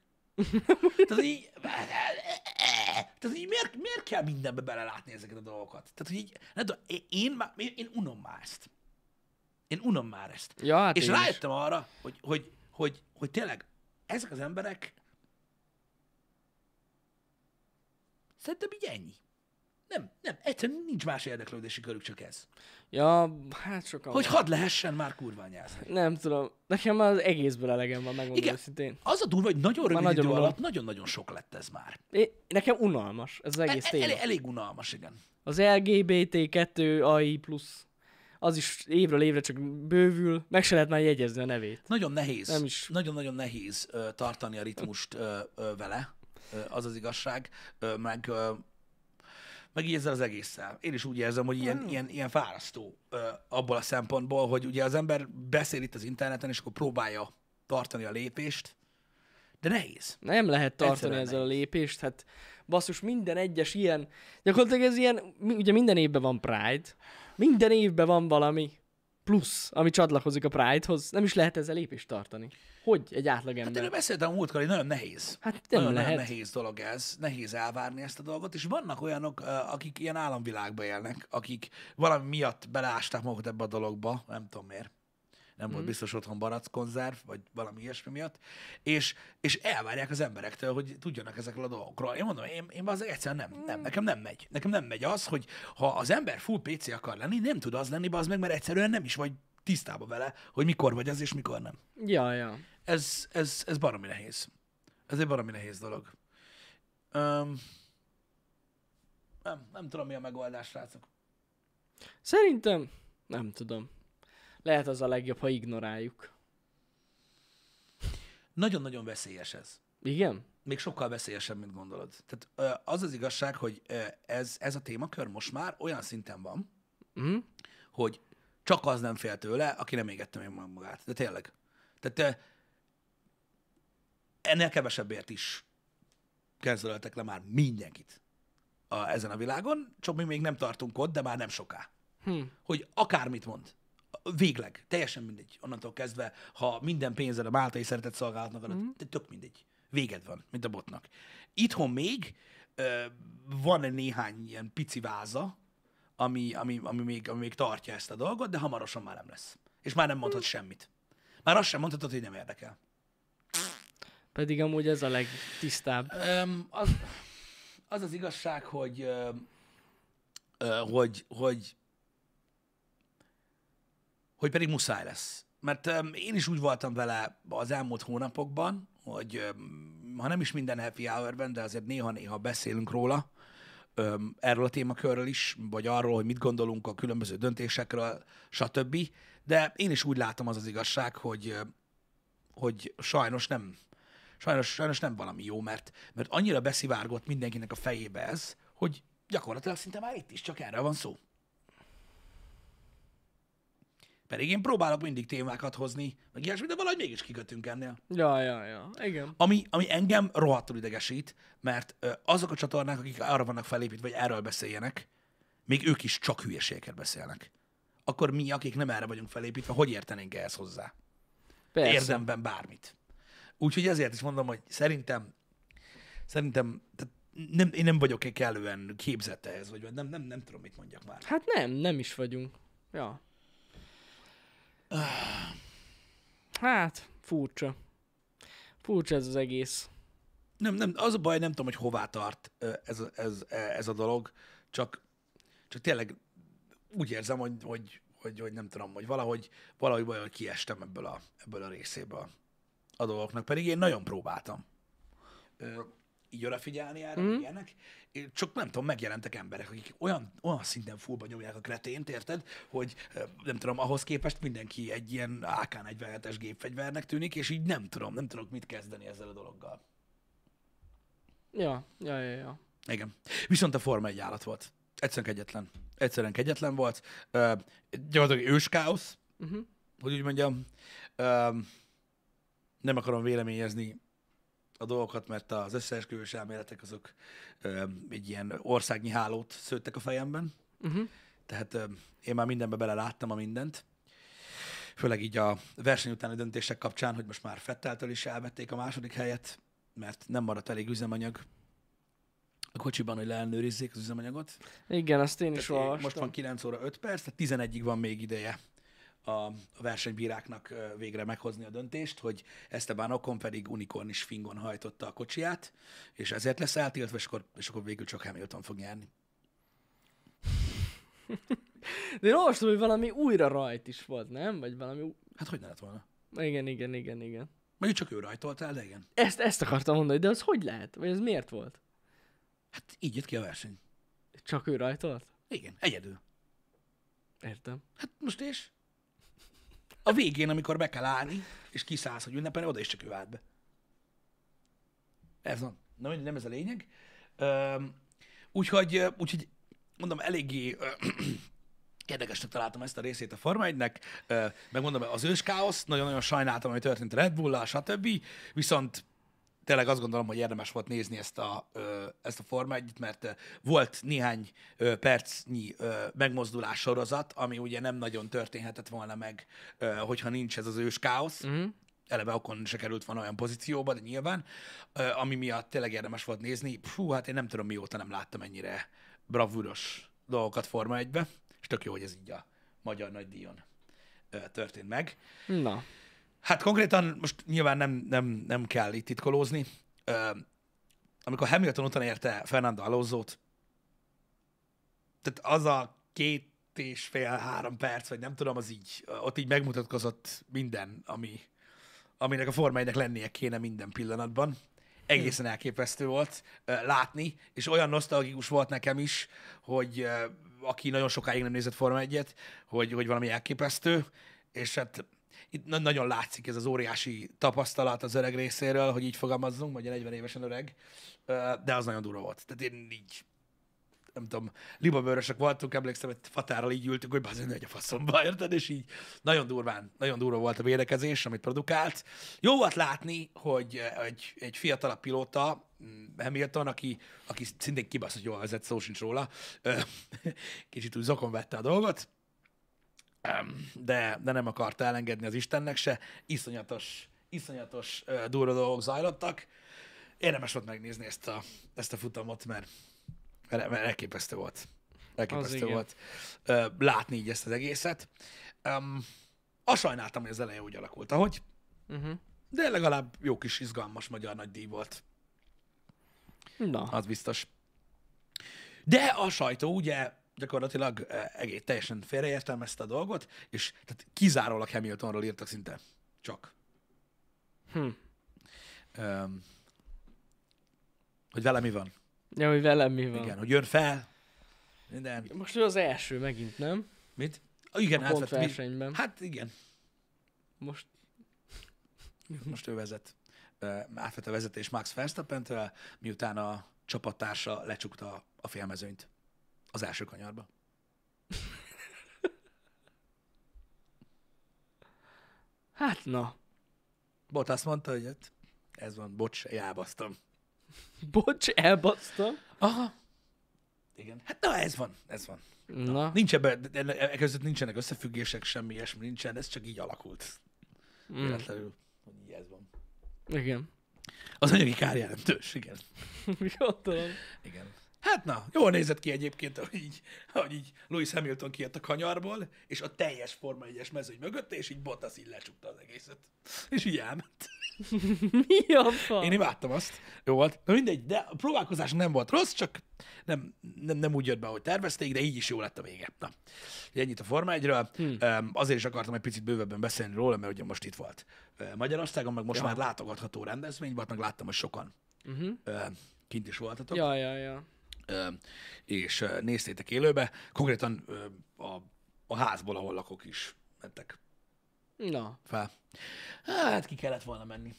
Tehát így miért kell mindenbe belelátni ezeket a dolgokat? Tehát, hogy így, nem tudom, én unom már ezt. Én unom már ezt. Ja, hát és én is. rájöttem arra, hogy tényleg ezek az emberek szerintem így ennyi. Nem, egyszerűen nincs más érdeklődési körük, csak ez. Ja, hát sokan Hogy van. hadd lehessen már kurva anyázni. Nem tudom. Nekem már az egészből elegem van, megmondom Igen, őszintén. az a durva, hogy nagyon rövid nagyon idő unom. alatt nagyon-nagyon sok lett ez már. Nekem unalmas ez az egész téma. Elég unalmas, igen. Az LGBT2 AI+, az is évről évre csak bővül, meg se lehet már jegyezni a nevét. Nagyon nehéz. Nem is. Nagyon-nagyon nehéz tartani a ritmust vele, az az igazság, meg így ezzel az egésszel. Én is úgy érzem, hogy ilyen fárasztó abból a szempontból, hogy ugye az ember beszél itt az interneten, és akkor próbálja tartani a lépést, de nehéz. Nem lehet tartani Egyszerűen ezzel a nehéz. lépést, hát basszus, minden egyes gyakorlatilag ez ilyen, ugye minden évben van Pride, minden évben van valami, plusz, ami csatlakozik a Pride-hoz, nem is lehet ezzel lépést tartani. Hogy egy Hát átlagember? erről beszéltem a múltkor, hogy nagyon nehéz. Hát nem Nagyon lehet. nehéz dolog ez, nehéz elvárni ezt a dolgot, és vannak olyanok, akik ilyen államvilágban élnek, akik valami miatt beleásták magukat ebbe a dologba, nem tudom miért. Nem volt biztos otthon barackkonzerv, vagy valami ilyesmi miatt, és elvárják az emberektől, hogy tudjanak ezekről a dolgokról. Én mondom, én az egyszerűen nem, nekem nem megy. Nekem nem megy az, hogy ha az ember full PC akar lenni, nem tud az lenni, az meg, mert egyszerűen nem is vagy tisztában vele, hogy mikor vagy az, és mikor nem. Ja. Ez baromi nehéz. Ez egy baromi nehéz dolog. Nem tudom, mi a megoldás, srácok. Szerintem, nem tudom. Lehet az a legjobb, ha ignoráljuk. Nagyon-nagyon veszélyes ez. Igen? Még sokkal veszélyesebb, mint gondolod. Tehát az az igazság, hogy ez a témakör most már olyan szinten van, hogy csak az nem fél tőle, aki nem égette még magát. De tényleg. Tehát ennél kevesebbért is cancelöltek le már mindenkit ezen a világon, csak mi még nem tartunk ott, de már nem soká. Hogy akármit mond, végleg, teljesen mindegy, onnantól kezdve, ha minden pénzed a máltai szeretett szolgálatnak adott, tök mindegy. Véged van, mint a botnak. Itthon még van egy néhány ilyen pici váza, ami még tartja ezt a dolgot, de hamarosan már nem lesz. És már nem mondhat semmit. Már azt sem mondhatod, hogy nem érdekel. Pedig amúgy ez a legtisztább. Az az igazság, hogy pedig muszáj lesz. Mert én is úgy voltam vele az elmúlt hónapokban, hogy ha nem is minden happy hour-ben, de azért néha-néha beszélünk róla, erről a témakörről is, vagy arról, hogy mit gondolunk a különböző döntésekről, stb. De én is úgy látom, az az igazság, hogy sajnos nem valami jó, mert annyira beszivárgott mindenkinek a fejébe ez, hogy gyakorlatilag szinte már itt is csak erről van szó. Pedig én próbálok mindig témákat hozni, meg ilyesmi, de valahogy mégis kikötünk ennél. Ja. Igen. Ami engem rohadtul idegesít, mert azok a csatornák, akik arra vannak felépítve, hogy erről beszéljenek, még ők is csak hülyeségeket beszélnek. Akkor mi, akik nem erre vagyunk felépítve, hogy értenénk ehhez hozzá? Persze. Érdemben bármit. Úgyhogy ezért is mondom, hogy szerintem én nem vagyok kellően képzett ehhez, vagy nem tudom, mit mondjak már. Hát nem is vagyunk. Ja. Hát, furcsa. Furcsa ez az egész. Nem, az a baj, nem tudom, hogy hová tart ez a dolog, csak úgy érzem, hogy nem tudom, hogy valahogy kiestem ebből a részéből a dolgoknak, pedig én nagyon próbáltam így odafigyelni erre, ilyenek, csak nem tudom, megjelentek emberek, akik olyan szinten fullba nyomják a kretént, érted, hogy nem tudom, ahhoz képest mindenki egy ilyen AK-47-es gépfegyvernek tűnik, és így nem tudok mit kezdeni ezzel a dologgal. Ja. Igen. Viszont a Forma egy állat volt. Egyszerűen kegyetlen volt. Gyakorlatilag őskáosz, hogy úgy mondjam. Nem akarom véleményezni a dolgokat, mert az összeesküvős elméletek azok egy ilyen országnyi hálót szőttek a fejemben. Tehát én már mindenbe beleláttam a mindent. Főleg így a verseny utáni döntések kapcsán, hogy most már Vetteltől is elvették a második helyet, mert nem maradt elég üzemanyag a kocsiban, hogy leellenőrizzék az üzemanyagot. Igen, azt én is olvastam. Most van 9 óra 5 perc, tehát 11-ig van még ideje a versenybíráknak végre meghozni a döntést, hogy Esteban Ocon pedig unikornis fingon hajtotta a kocsiját, és ezért lesz eltiltva, és akkor végül csak Hamilton fog nyerni. De én olvastam, hogy valami újra rajt is volt, nem? Vagy valami... Hát hogy ne lett volna? Igen. Mondjuk csak ő rajtolt el, de igen. Ezt akartam mondani, de az hogy lehet? Vagy ez miért volt? Hát így jött ki a verseny. Csak ő rajtolt? Igen, egyedül. Értem. Hát most és? A végén, amikor be kell állni, és kiszállsz, hogy ünnepelni, oda is csak ő állt be. Ez van. Nem ez a lényeg. Úgyhogy mondom, eléggé érdekesnek találtam ezt a részét a Forma 1-nek. Megmondom, az őskáosz, nagyon-nagyon sajnáltam, hogy történt a Red Bull-lal, stb. Viszont tényleg azt gondolom, hogy érdemes volt nézni ezt a Forma 1-et, mert volt néhány percnyi megmozdulás sorozat, ami ugye nem nagyon történhetett volna meg, hogyha nincs ez az ős káosz. Eleve Ocon se került volna olyan pozícióba, de nyilván, ami miatt tényleg érdemes volt nézni. Fú, hát én nem tudom, mióta nem láttam ennyire bravúros dolgokat Forma 1-be, és tök jó, hogy ez így a magyar nagydíjon történt meg. Na. Hát konkrétan most nyilván nem kell itt titkolózni. Amikor Hamilton után érte Fernando Alonsót, tehát az a 2,5-3 perc, vagy nem tudom, az így, ott így megmutatkozott minden, aminek a Forma 1-nek lennie kéne minden pillanatban. Egészen elképesztő volt látni, és olyan nosztalgikus volt nekem is, hogy aki nagyon sokáig nem nézett Forma 1-et, hogy valami elképesztő, és hát itt nagyon látszik ez az óriási tapasztalat az öreg részéről, hogy így fogalmazzunk, vagy 40 évesen öreg, de az nagyon durva volt. Tehát én így, nem tudom, libabőrösök voltunk, emlékszem, hogy Fatárral így ültünk, hogy bazen megy a faszomba, érted? És így nagyon durva volt a védekezés, amit produkált. Jó volt látni, hogy egy fiatalabb pilóta, Hamilton, aki szintén kibasz, hogy jól vezet, szó sincs róla, kicsit úgy zokon vette a dolgot, de nem akarta elengedni az Istennek se. Iszonyatos durva dolgok zajlottak. Érdemes volt megnézni ezt a futamot, mert elképesztő volt. Elképesztő volt látni így ezt az egészet. Azt sajnáltam, hogy az eleje úgy alakult, ahogy. De legalább jó kis izgalmas magyar nagydíj volt. Na. Az biztos. De a sajtó ugye gyakorlatilag egész teljesen félreértelmezte a dolgot, és tehát kizárólag Hamiltonról írtak szinte. Csak. Hogy vele mi van. Ja, hogy velem mi van. Igen, hogy jön fel. Minden. Most ő az első megint, nem? Mit? Igen, A pontversenyben. Hát igen. Most ő vezet. Átvette a vezetés Max Verstappentől, miután a csapattársa lecsukta a félmezőnyt az első kanyarba. Hát na. Bottas mondta, hogy hát ez van, bocs, elbasztam. Bocs, elbasztam? Aha. Igen. Hát na, ez van. Na. Nincs ebben, között nincsenek összefüggések, semmi ilyesmi nincsen, ez csak így alakult. Véletlenül, hogy így ez van. Igen. Az anyagi kárjelentős, igen. Gondolom. Igen. Hát na, jól nézett ki egyébként, hogy így Lewis Hamilton kijött a kanyarból, és a teljes Forma 1-es mezőny mögötte, és így Bottas így lecsukta az egészet. És így elment. Mi a fa? Én imádtam azt. Jó volt. Na mindegy, de a próbálkozás nem volt rossz, csak nem úgy jött be, ahogy tervezték, de így is jó lett a vége. Na, ennyit a Forma 1-ről. Azért is akartam egy picit bővebben beszélni róla, mert ugye most itt volt Magyarországon, meg most már látogatható rendezvény volt, meg láttam, hogy sokan kint is voltatok. Ja. És néztétek élőbe. Konkrétan a házból, ahol lakok is mentek Na. fel. Hát ki kellett volna menni.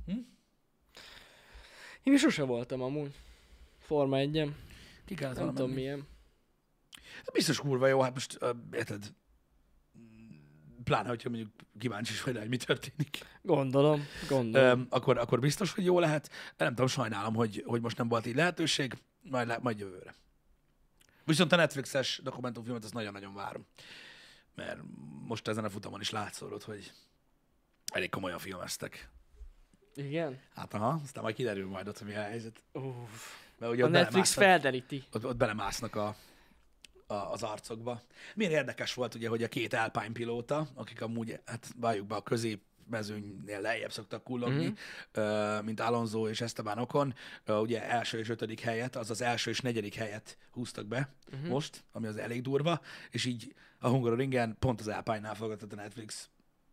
Én is sose voltam amúgy. Forma 1-en. Ki kellett Nem volna tudom menni. milyen. Biztos kurva jó, hát most érted, pláne, hogyha mondjuk kíváncsi is vagy rá, hogy mi történik. Gondolom. Akkor biztos, hogy jó lehet. Nem tudom, sajnálom, hogy most nem volt így lehetőség. Majd jövőre. Viszont a Netflixes dokumentumfilmet azt nagyon-nagyon várom. Mert most ezen a futamon is látszódott, hogy elég komolyan filmeztek. Igen? Hát aha, aztán majd kiderül majd ott, hogy mi a helyzet. Mert ugye A Netflix felderíti. Ott belemásznak az arcokba. Milyen érdekes volt ugye, hogy a két Alpine pilóta, akik amúgy, hát valljuk be, a középmezőnynél lejjebb szoktak kullogni, mint Alonso és Esteban Ocon, ugye első és ötödik helyet, azaz első és negyedik helyet húztak be most, ami az elég durva, és így a Hungaroringen pont az Alpine-nál fogadott a Netflix.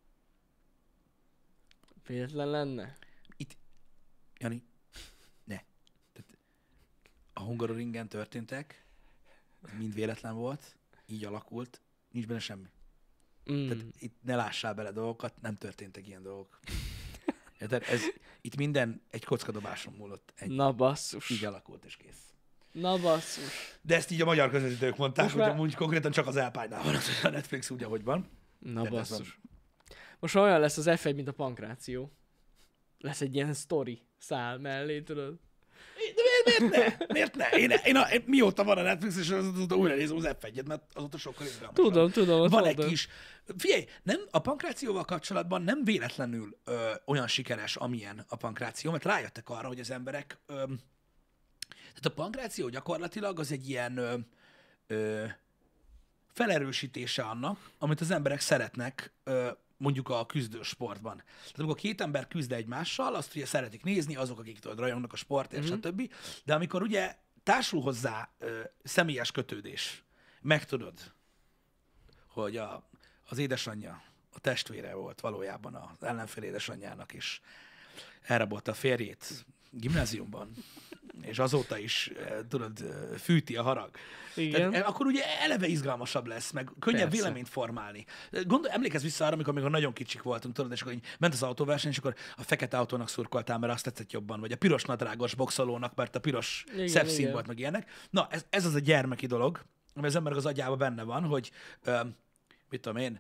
Véletlen lenne? Itt, Jani, ne. Tehát a Hungaroringen történtek, mind véletlen volt, így alakult, nincs benne semmi. Tehát itt ne lássál bele dolgokat, nem történtek ilyen dolgok. Itt minden egy kockadobáson múlott. Na basszus. Így alakult és kész. Na basszus. De ezt így a magyar közvetítők mondták, Most hogy már... amúgy konkrétan csak az Alpine-nál van az, hogy a Netflix úgy, ahogy van. Na basszus. Most olyan lesz az F1, mint a pankráció. Lesz egy ilyen sztori szál mellé, tudod? De miért ne? Miért ne? Én mióta van a Netflix, és azóta újra nézem az F1-et, mert azóta sokkal izgalmasabb. Tudom, ott Van egy mondom. kis... Figyelj, nem, a pankrációval kapcsolatban nem véletlenül olyan sikeres, amilyen a pankráció, mert rájöttek arra, hogy az emberek... tehát a pankráció gyakorlatilag az egy ilyen felerősítése annak, amit az emberek szeretnek mondjuk a küzdősportban. Tehát amikor két ember küzd egymással, azt ugye szeretik nézni, azok, akik tudod, rajongnak a sportért, stb. De amikor ugye társul hozzá személyes kötődés, megtudod, hogy az édesanyja, a testvére volt valójában az ellenfél édesanyjának, és elrabolta a férjét gimnáziumban, és azóta is, tudod, fűti a harag. Igen. Tehát, akkor ugye eleve izgalmasabb lesz, meg könnyebb Persze. véleményt formálni. Emlékezz vissza arra, amikor még nagyon kicsik voltunk, tudod, és akkor így ment az autóverseny, és akkor a fekete autónak szurkoltál, mert azt tetszett jobban, vagy a piros nadrágos boxolónak, mert a piros szebb szín igen. volt, meg ilyenek. Na, ez az a gyermeki dolog, ami az emberek az agyában benne van, hogy mit tudom én,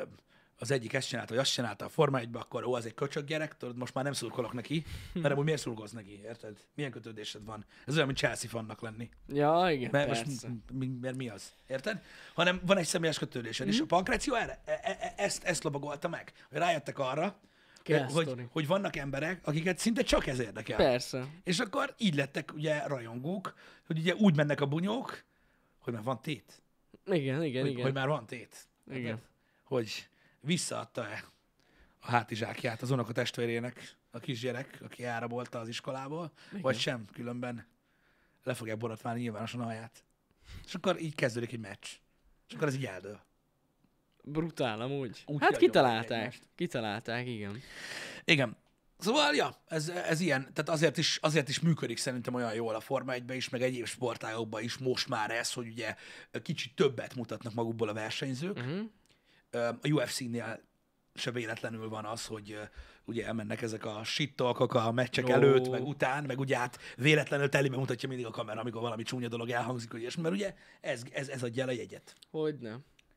az egyik ezt csinálta, vagy azt csinálta a Forma 1-be, akkor az egy köcsög gyerek, tudod, most már nem szurkolok neki, mert amúgy miért szurkolsz neki, érted? Milyen kötődésed van? Ez olyan, mint Chelsea fannak lenni. Ja, igen, Mert, persze. most, mert mi az? Érted? Hanem van egy személyes kötődésed, és a pankráció erre, ezt lobogolta meg. Hogy rájöttek arra, Kell sztori. hogy vannak emberek, akiket szinte csak ez érdekel. Persze. És akkor így lettek ugye rajongók, hogy ugye úgy mennek a bunyók, hogy már van tét. Igen. Hogy már van tét. Igen. Érted? Hogy visszaadta-e a hátizsákját az unokatestvérének a kisgyerek, aki elrabolta az iskolából, vagy sem, különben le fogják borotválni nyilvánosan a haját. És akkor így kezdődik egy meccs. És akkor ez így eldől. Brutál amúgy. Úgy Hát kiadjuk kitalálták. egymást. Kitalálták, igen. Igen. Szóval, ja, ez ilyen, tehát azért is működik szerintem olyan jól a Forma 1-ben is, meg egyéb sportágokban is most már ez, hogy ugye kicsit többet mutatnak magukból a versenyzők. A UFC-nél se véletlenül van az, hogy ugye elmennek ezek a shit-talkok a meccsek előtt, meg után, meg ugye hát véletlenül telibe mutatja mindig a kamera, amikor valami csúnya dolog elhangzik, hogy ilyesmi, mert ugye ez adja el a jegyet. Hogyne.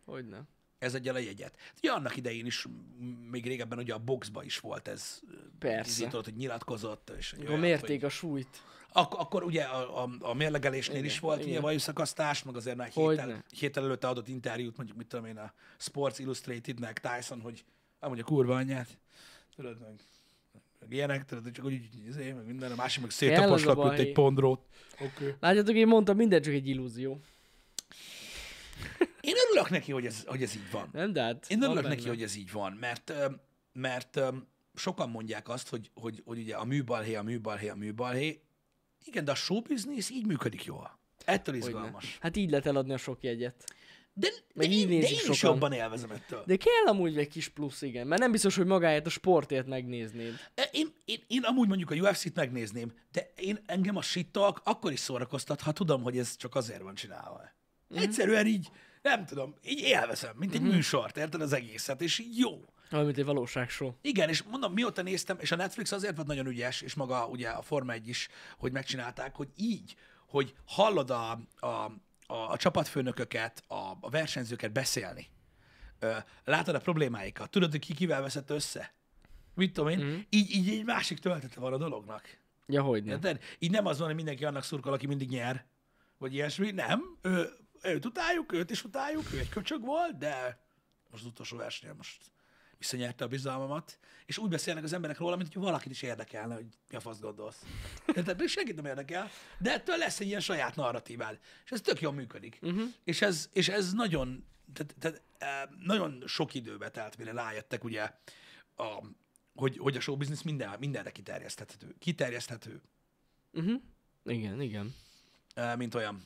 Ez adja el a jegyet. Ugye annak idején is, még régebben ugye a boxba is volt ez. Persze. Tudod, hogy nyilatkozott. És A mérték a súlyt. Akkor ugye a mérlegelésnél is volt ugye vajúszakasztás, meg azért egy héttel előtte adott interjút, mondjuk mit tudom én, a Sports Illustratednek Tyson, hogy mondja kurva anyját, tudod, meg ilyenek, tudod, csak úgy, meg minden, a másik meg széttaposlak, egy pondrót. Okay. Látjátok, én mondtam, minden csak egy illúzió. Én örülök neki, hogy ez így van. Nem, de hát Én örülök neki, hogy ez így van, mert sokan mondják azt, hogy ugye a műbalhé. Igen, de a showbiznisz így működik jól. Ettől izgalmas. Hát így lehet eladni a sok jegyet. De így én nézik is sokan. jobban élvezem ettől. De kell amúgy egy kis plusz, igen. Mert nem biztos, hogy magáért a sportért megnéznéd. Én amúgy mondjuk a UFC-t megnézném, de engem a shit talk akkor is szórakoztat, ha tudom, hogy ez csak azért van csinálva. Egyszerűen így, nem tudom, így élvezem, mint egy műsort, érted az egészet, és így jó. Valamint egy valóságshow. Igen, és mondom, mióta néztem, és a Netflix azért volt nagyon ügyes, és maga ugye a Forma 1 is, hogy megcsinálták, hogy így, hogy hallod a csapatfőnököket, a versenyzőket beszélni. Látod a problémáikat, tudod, hogy ki kivel veszett össze. Mit tudom én, így egy másik töltete van a dolognak. Ja, hogyne. Érted? Így nem az van, hogy mindenki annak szurkol, aki mindig nyer, vagy ilyesmi, nem. Őt utáljuk, őt is utáljuk, ő egy köcsög volt, de most az utolsó versenyen most visszanyerte a bizalmamat, és úgy beszélnek az emberek róla, mint hogy valakit is érdekelne, hogy mi a fasz gondolsz. Tehát senkit nem érdekel, de ettől lesz egy ilyen saját narratívád. És ez tök jól működik. És ez nagyon, nagyon sok időbe telt, mire rájöttek ugye, hogy a showbiznisz mindenre kiterjeszthető. Igen. Mint olyan.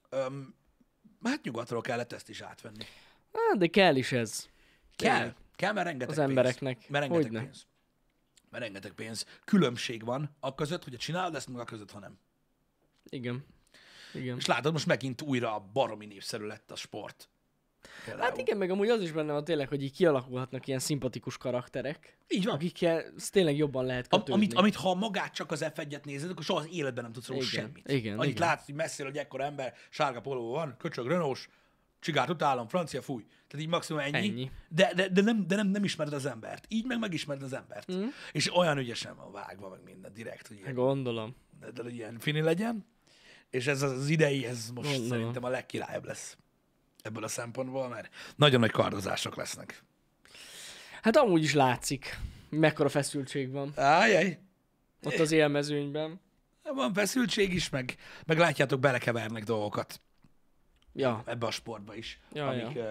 Hát nyugatról kellett ezt is átvenni. De kell is ez. Kell, mert rengeteg az embereknek. Pénz. Mert rengeteg Hogyne. pénz. Mert rengeteg pénz. Különbség van a között, hogy csinálod ezt, meg a között, ha nem. Igen. És látod, most megint újra baromi népszerű lett a sport. Például. Hát igen, meg amúgy az is benne van tényleg, hogy így kialakulhatnak ilyen szimpatikus karakterek. Így van. Akikkel tényleg jobban lehet kötődni. Amit ha magát csak az F1-et nézed, akkor soha az életben nem tudsz róla semmit. Igen, Annyit igen. látsz, hogy messziről egy ekkora ember, sárga poló van, köcsög, Renault-s, Csigát utálom, francia, fúj. Tehát így maximum ennyi. Ennyi. De nem ismered az embert. Így megismered az embert. És olyan ügyesen van vágva, meg minden direkt, hogy ilyen, Gondolom. de ilyen fini legyen. És ez az idei, ez most Gondolom. szerintem a legkirályabb lesz ebből a szempontból, mert nagyon nagy kardozások lesznek. Hát amúgy is látszik, mekkora feszültség van Ájjaj, ott az élmezőnyben. van feszültség is, meg látjátok, belekevernek dolgokat Ja, ebbe a sportba is, Ja,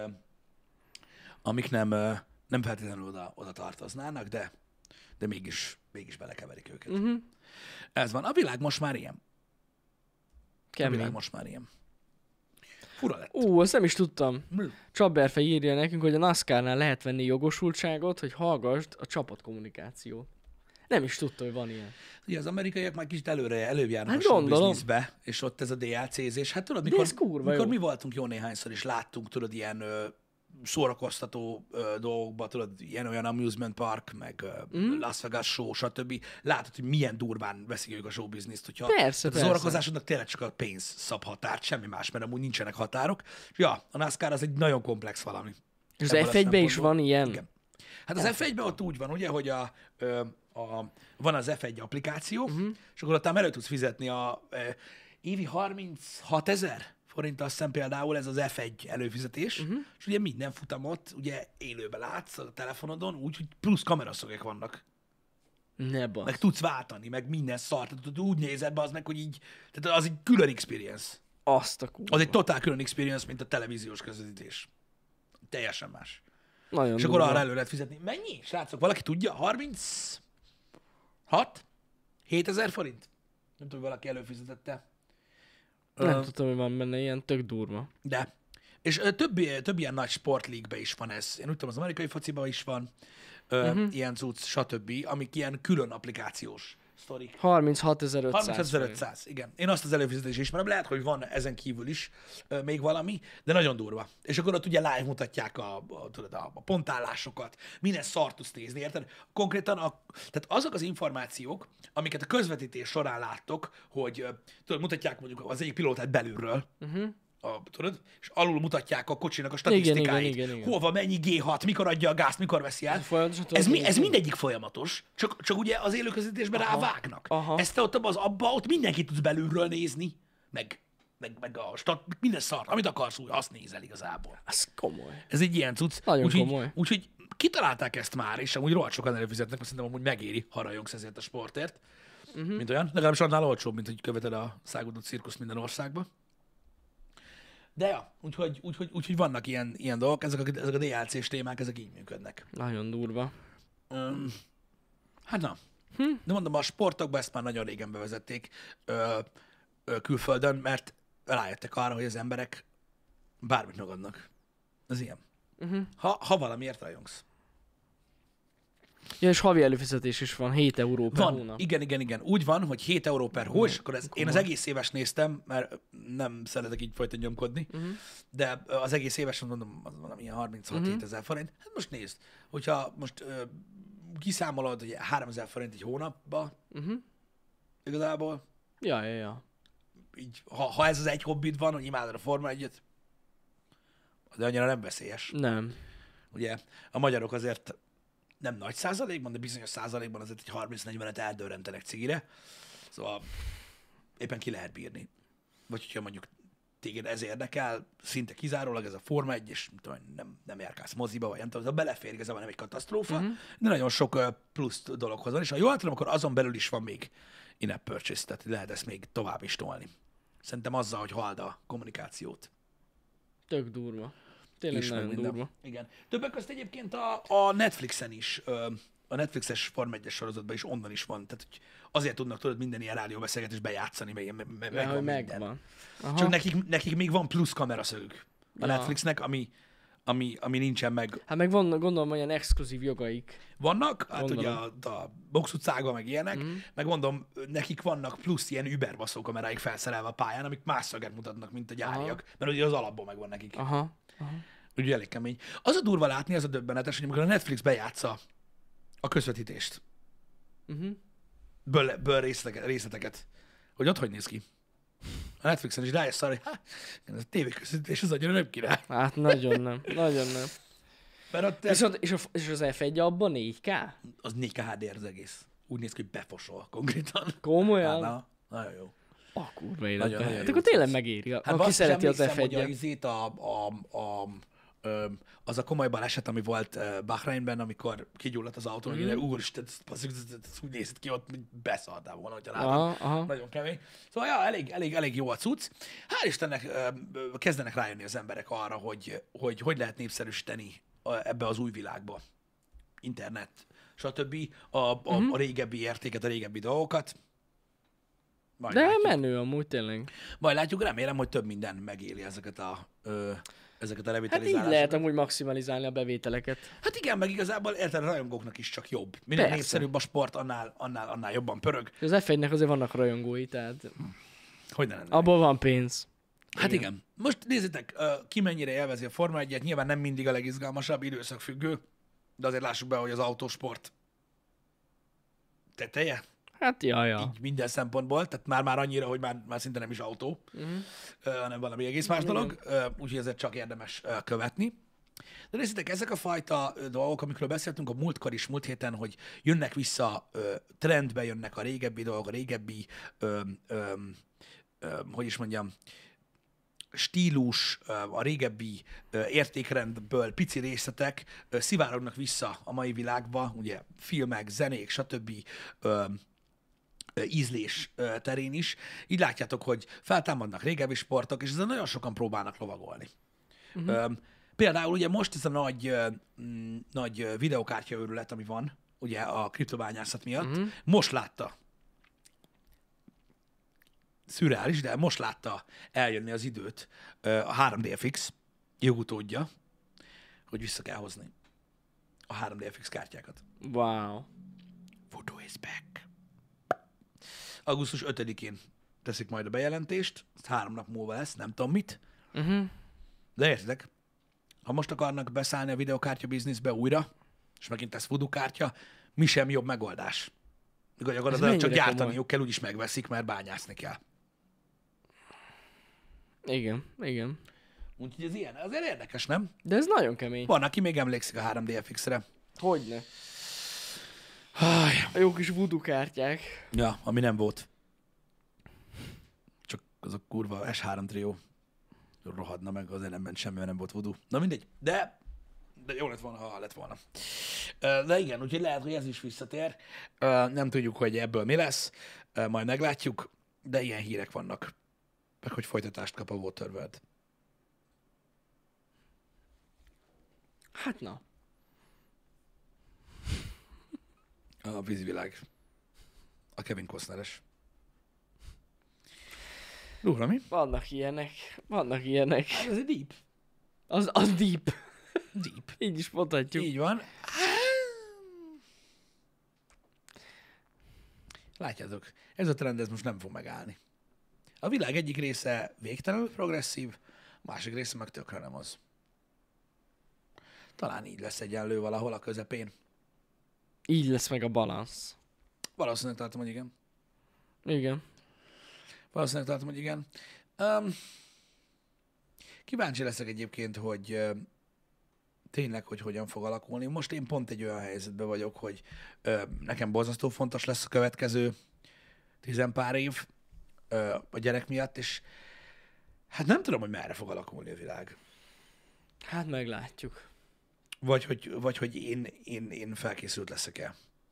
amik nem feltétlenül oda tartoznának, de mégis belekeverik őket. Ez van. A világ most már ilyen. A világ kemény. most már ilyen. Fura lett. Azt nem is tudtam. Mi? Csabberfe írja nekünk, hogy a NASCAR-nál lehet venni jogosultságot, hogy hallgassd a csapatkommunikációt. Nem is tudta, hogy van ilyen. Ugye az amerikaiak már kicsit előbb járnak Hát a show gondolom. businessbe, és ott ez a DLC-zés. Hát tudod, ez kurva mikor jó. mi voltunk jó néhányszor, és láttunk, tudod, ilyen szórakoztató dolgokba, tudod, ilyen olyan amusement park, meg Las Vegas show, stb. Látod, hogy milyen durván veszik ők a show business-t, hogyha Persze, a persze. szórakozásodnak tényleg csak a pénz szab határt, semmi más, mert amúgy nincsenek határok. És ja, a NASCAR az egy nagyon komplex valami. És az Ebből a F1-ben is szempontból. van ilyen? Igen. Hát az F1-ben ott úgy van, ugye, hogy van az F1 applikáció, és akkor ott elő tudsz fizetni évi 36 000 forint, azt hiszem például ez az F1 előfizetés, és ugye minden futamot ugye élőben látsz a telefonodon, úgyhogy plusz kameraszögek vannak. Ne basz. Meg tudsz váltani, meg minden szart, tehát úgy nézed be az meg, hogy így, tehát az egy külön experience. Azt a kurva. Az egy totál külön experience, mint a televíziós közvetítés. Teljesen más. Nagyon És akkor durva. arra elő lehet fizetni. Mennyi? Srácok, valaki tudja? 36? 7000 forint? Nem tudom, valaki előfizetette. Nem tudtam, hogy van benne ilyen, tök durva. De. És több ilyen nagy sportleague-be is van ez. Én úgy tudom, az amerikai fociban is van ilyen cucc, stb., amik ilyen külön applikációs sztorik. 36.500. 35.500, igen. Én azt az előfizetést ismerem, lehet, hogy van ezen kívül is még valami, de nagyon durva. És akkor ott ugye live mutatják tudod, a pontállásokat, minden szart tudsz nézni, érted? Konkrétan tehát azok az információk, amiket a közvetítés során láttok, hogy tudod, mutatják mondjuk az egyik pilótát belülről, tudod, és alul mutatják a kocsinak a statisztikáit, igen. hol van, mennyi G6, mikor adja a gázt, mikor veszi el. Folyamatosan Ez, tudod ez mindegyik folyamatos, csak ugye az élőközvetítésben rávágnak. Aha. Ezt te ott mindenkit tudsz belülről nézni, meg minden szart, amit akarsz, úgy azt nézel igazából. Ez komoly. Ez egy ilyen cucc. Nagyon komoly. Úgyhogy kitalálták ezt már, és amúgy rohadt sokan előfizetnek, mert szerintem amúgy megéri, ha rajongsz ezért a sportért. Mint olyan. Legalábbis annál olcsóbb, mint hogy követed a száguldott cirkuszt minden országba. De ja, úgyhogy vannak ilyen dolgok, ezek a DLC-s témák, ezek így működnek. Nagyon durva. Hát na. De mondom, a sportokban ezt már nagyon régen bevezették külföldön, mert rájöttek arra, hogy az emberek bármit megadnak. Ez ilyen. Ha valamiért rajongsz. Ja, és havi előfizetés is van, 7 euró per Van, hónap. igen. Úgy van, hogy 7 euró per hó, és akkor én az egész éves néztem, mert nem szeretek így folyton nyomkodni, de az egész éves, mondom, az valami ilyen 36 000 forint. Hát most nézd, hogyha most kiszámolod, hogy 3000 forint egy hónapba, igazából, Ja. így, ha ez az egy hobbid van, hogy imádod a Forma 1-et, de annyira nem veszélyes. Nem. Ugye a magyarok azért nem nagy százalékban, de bizonyos százalékban azért egy 30-40-et eldőrentenek cigire. Szóval éppen ki lehet bírni. Vagy hogyha mondjuk téged ez érdekel, szinte kizárólag ez a Forma 1, és nem járkálsz moziba, vagy nem tudom, belefér, igazából nem egy katasztrófa, de nagyon sok plusz dologhoz van, és ha jól tudom, akkor azon belül is van még in-app purchase, tehát lehet ezt még tovább is tolni. Szerintem azzal, hogy hald a kommunikációt. Tök durva. Tényleg És meg nagyon minden. durva. Igen. Többek között egyébként a Netflixen is, a Netflixes Forma 1-es sorozatban is onnan is van. Tehát hogy azért tudnak tudod minden ilyen rádióbeszélgetést bejátszani, Ja, hogy megvan minden. megvan. Aha. Csak nekik még van plusz kameraszögük a Ja. Netflixnek, ami nincsen meg. Hát meg van, gondolom, olyan exkluzív jogaik. Vannak, hát ugye Gondolom. a box utcákban meg ilyenek, meg mondom, nekik vannak plusz ilyen überbaszó kameráik felszerelve a pályán, amik más szöget mutatnak, mint a gyáriak, mert ugye az alapból megvan nekik. Aha. Ugye elég kemény. Az a durva látni, az a döbbenetes, hogy amikor a Netflix bejátsza a közvetítést, ből részleteket, hogy ott hogy néz ki. A a Netflixen is rájössz arra, hogy ez a tévéközvetítés az annyira nem király. Hát nagyon nem. Nagyon nem. Mert ott És az F1 abban 4K? az 4K HDR az egész. Úgy néz ki, hogy befosol konkrétan. Komolyan? Hát, nagyon jó. A kurva életben. Nagyon Hát jó akkor tényleg megéri. Hát Aki azt szereti az emlékszem, hogy F1-et. az a komoly baleset, ami volt Bahreinben, amikor kigyulladt az autó, hogy úristen, ez úgy nézett ki, ott beszartál volna, hogyha látod. Aha. Nagyon kemény. Szóval ja, elég jó a cucc. Hál' Istennek kezdenek rájönni az emberek arra, hogy lehet népszerűsíteni ebbe az új világba. Internet, stb. A régebbi értéket, a régebbi dolgokat. Majd De látjuk. menő amúgy tényleg. Majd látjuk, remélem, hogy több minden megéli ezeket a Hát így revitalizálásokat. lehet amúgy maximalizálni a bevételeket. Hát igen, meg igazából érted, a rajongóknak is csak jobb. Minél Persze. népszerűbb a sport, annál jobban pörög. Az F1-nek azért vannak rajongói, tehát Hogy ne lenne? abból van pénz. Hát igen. Most nézzétek, ki mennyire élvezi a Forma 1-et, nyilván nem mindig a legizgalmasabb, időszakfüggő, de azért lássuk be, hogy az autósport teteje, Hát ja. így minden szempontból, tehát már annyira, hogy már szinte nem is autó, hanem valami egész más dolog, úgyhogy ezért csak érdemes követni. De nézzétek, ezek a fajta dolgok, amikről beszéltünk a múltkor is, múlt héten, hogy jönnek vissza, trendbe jönnek a régebbi dolgok, a régebbi, hogy is mondjam, stílus, a régebbi értékrendből pici részletek szivárognak vissza a mai világba, ugye filmek, zenék, stb. Ízlés terén is. Így látjátok, hogy feltámadnak régebbi sportok, és ezen nagyon sokan próbálnak lovagolni. Például ugye most ez a nagy videokártya őrület, ami van, ugye a kriptobányászat miatt, most látta, szürreális, de most látta eljönni az időt a 3DFX jogutódja, hogy vissza kell hozni a 3DFX kártyákat. Wow. Voodoo is back. Augusztus 5-én teszik majd a bejelentést, ezt 3 nap múlva lesz, nem tudom mit. De értitek, ha most akarnak beszállni a videokártya bizniszbe újra, és megint lesz voodoo kártya, mi sem jobb megoldás. Gyakorlatilag csak mennyire gyártaniuk kell, úgyis megveszik, mert bányászni kell. Igen. Úgyhogy ez ilyen, azért érdekes, nem? De ez nagyon kemény. Van, aki még emlékszik a 3DFX-re. Hogyne. A jó kis voodoo kártyák. Ja, ami nem volt. Csak az a kurva S3 trió rohadna meg, azért nem ment semmi, nem volt voodoo. Na mindegy, de jó lett volna, ha lett volna. De igen, úgyhogy lehet, hogy ez is visszatér. Nem tudjuk, hogy ebből mi lesz, majd meglátjuk, de ilyen hírek vannak. Meg hogy folytatást kap a Waterworld. Hát na. A vízvilág. A Kevin Costneres. Durva, mi? Vannak ilyenek. Hát ez egy deep. Az deep. Deep. Így is mondhatjuk. Így van. Látjátok, ez a trend ez most nem fog megállni. A világ egyik része végtelenül progresszív, a másik része meg tökre nem az. Talán így lesz egyenlő valahol a közepén. Így lesz meg a balansz. Valószínűleg tartom, hogy igen. Igen. Valószínűleg tartom, hogy igen. Kíváncsi leszek egyébként, hogy tényleg, hogy hogyan fog alakulni. Most én pont egy olyan helyzetben vagyok, hogy nekem borzasztó fontos lesz a következő 10 pár év a gyerek miatt, és hát nem tudom, hogy merre fog alakulni a világ. Hát meglátjuk. Vagy hogy én felkészült leszek-e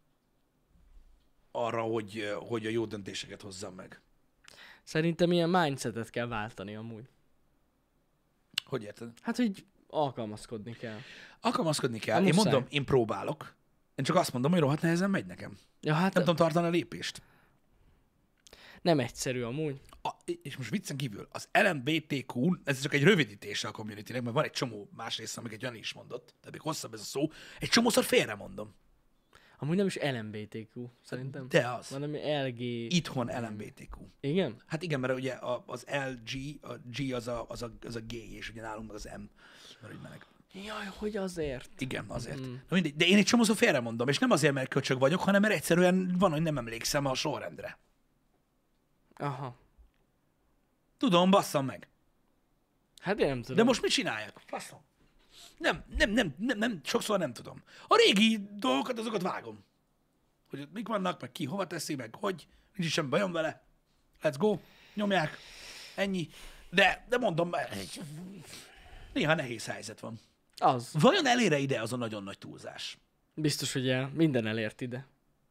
arra, hogy a jó döntéseket hozzam meg. Szerintem ilyen mindsetet kell váltani amúgy. Hogy érted? Hát, hogy alkalmazkodni kell. Alkalmazkodni kell. Hát Én muszáj. mondom, én próbálok. Én csak azt mondom, hogy rohadt nehezen megy nekem. Ja, hát Nem tudom tartani a lépést. nem egyszerű amúgy. És most viccen kívül, az LMBTQ, ez csak egy rövidítése a communitynek, mert van egy csomó más része, amiket Jani is mondott, tehát még hosszabb ez a szó, egy csomószor félre mondom. Amúgy nem is LMBTQ, szerintem. De az. Hanem LG... Itthon LMBTQ. Igen? Hát igen, mert ugye az LG, a G az a gay, és ugye nálunk meg az M, mert úgy meleg. Jaj, hogy azért? Igen, azért. Na mindegy, de én egy csomószor félre mondom, és nem azért, mert köcsög vagyok, hanem mert egyszerűen van, hogy nem emlékszem a sorrendre. Aha. Tudom, basszam meg. Hát én nem tudom. De most mit csináljak? Faszom. Nem, sokszor nem tudom. A régi dolgokat, azokat vágom. Hogy ott mik vannak, meg ki hova teszi, meg hogy. Nincs is semmi bajom vele. Let's go. Nyomják. Ennyi. De mondom, néha nehéz helyzet van. Az. Vajon elére ide az a nagyon nagy túlzás? Biztos, hogy minden elért ide.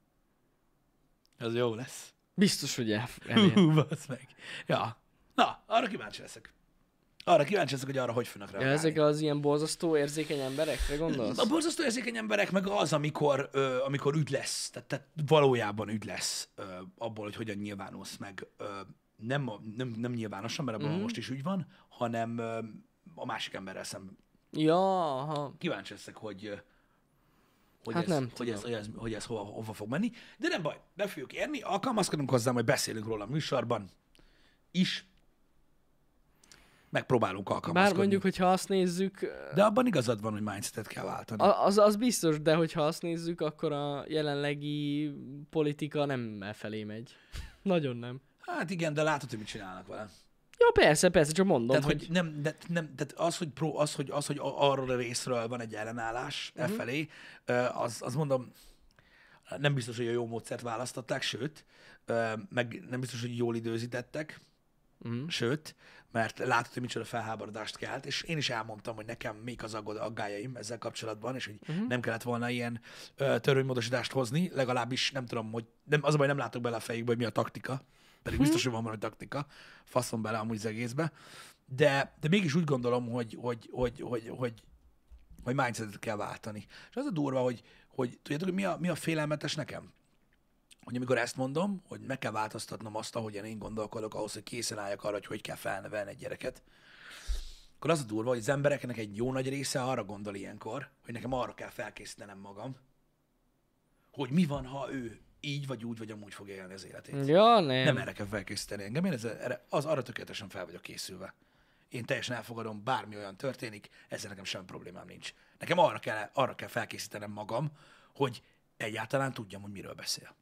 Ez jó lesz. Biztos, hogy elért. Basz meg. Ja. Na, arra kíváncsi leszek. Hogy arra hogy fognak Ja, reagálni. ezek az ilyen borzasztó érzékeny emberekre gondolsz? A borzasztó érzékeny emberek meg az, amikor ügy lesz, tehát valójában ügy lesz abból, hogy hogyan nyilvánulsz meg. Nem nyilvánosan, mert abban most is ügy van, hanem a másik emberrel szemben. Ja, aha. Kíváncsi leszek, hogy Hát nem hogy ez hova fog menni. De nem baj, be fogjuk érni, alkalmazkodunk hozzá, majd beszélünk róla a műsorban is. Megpróbálunk alkalmazkodni. Bár mondjuk, hogyha azt nézzük... De abban igazad van, hogy mindsetet kell váltani. Az biztos, de hogyha azt nézzük, akkor a jelenlegi politika nem felé megy. Nagyon nem. Hát igen, de látod, hogy mit csinálnak vele. Jó, persze, csak mondom, Tehát, hogy nem, tehát az, hogy arról a részről van egy ellenállás felé, az mondom, nem biztos, hogy a jó módszert választották, sőt, meg nem biztos, hogy jól időzítettek, sőt, mert látod, hogy micsoda felháborodást kelt, és én is elmondtam, hogy nekem még az aggájaim ezzel kapcsolatban, és hogy nem kellett volna ilyen törvénymódosítást hozni, legalábbis nem tudom, hogy az a baj, nem látok bele a fejükbe, hogy mi a taktika, pedig biztos, hogy van valami taktika, faszom bele amúgy az egészbe, de mégis úgy gondolom, hogy mindsetet kell váltani. És az a durva, hogy tudjátok, hogy mi a félelmetes nekem? Hogy amikor ezt mondom, hogy meg kell változtatnom azt, ahogyan én gondolkodok, ahhoz, hogy készen álljak arra, hogy kell felnevelni egy gyereket, akkor az a durva, hogy az embereknek egy jó nagy része arra gondol ilyenkor, hogy nekem arra kell felkészítenem magam, hogy mi van, ha ő így, vagy úgy, vagy amúgy fogja élni az életét. Ja, nem. Nem erre kell felkészíteni engem, én arra tökéletesen fel vagyok készülve. Én teljesen elfogadom, bármi olyan történik, ezzel nekem semmi problémám nincs. Nekem arra kell felkészítenem magam, hogy egyáltalán tudjam, hogy miről beszél.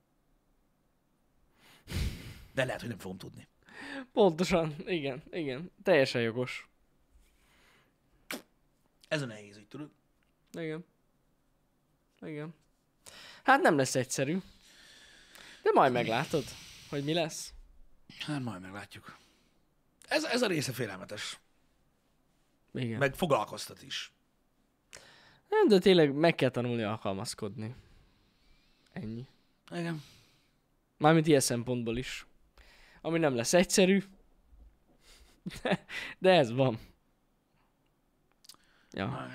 De lehet, hogy nem fogom tudni. Pontosan, igen. Teljesen jogos. Ez a nehéz, úgy tudod. Igen. Hát nem lesz egyszerű. De majd meglátod, hogy mi lesz. Hát majd meglátjuk. Ez a része félelmetes. Igen. Meg foglalkoztat is. Nem, de tényleg meg kell tanulni alkalmazkodni. Ennyi. Igen. Mármint ilyen szempontból is. Ami nem lesz egyszerű. De ez van. Ja.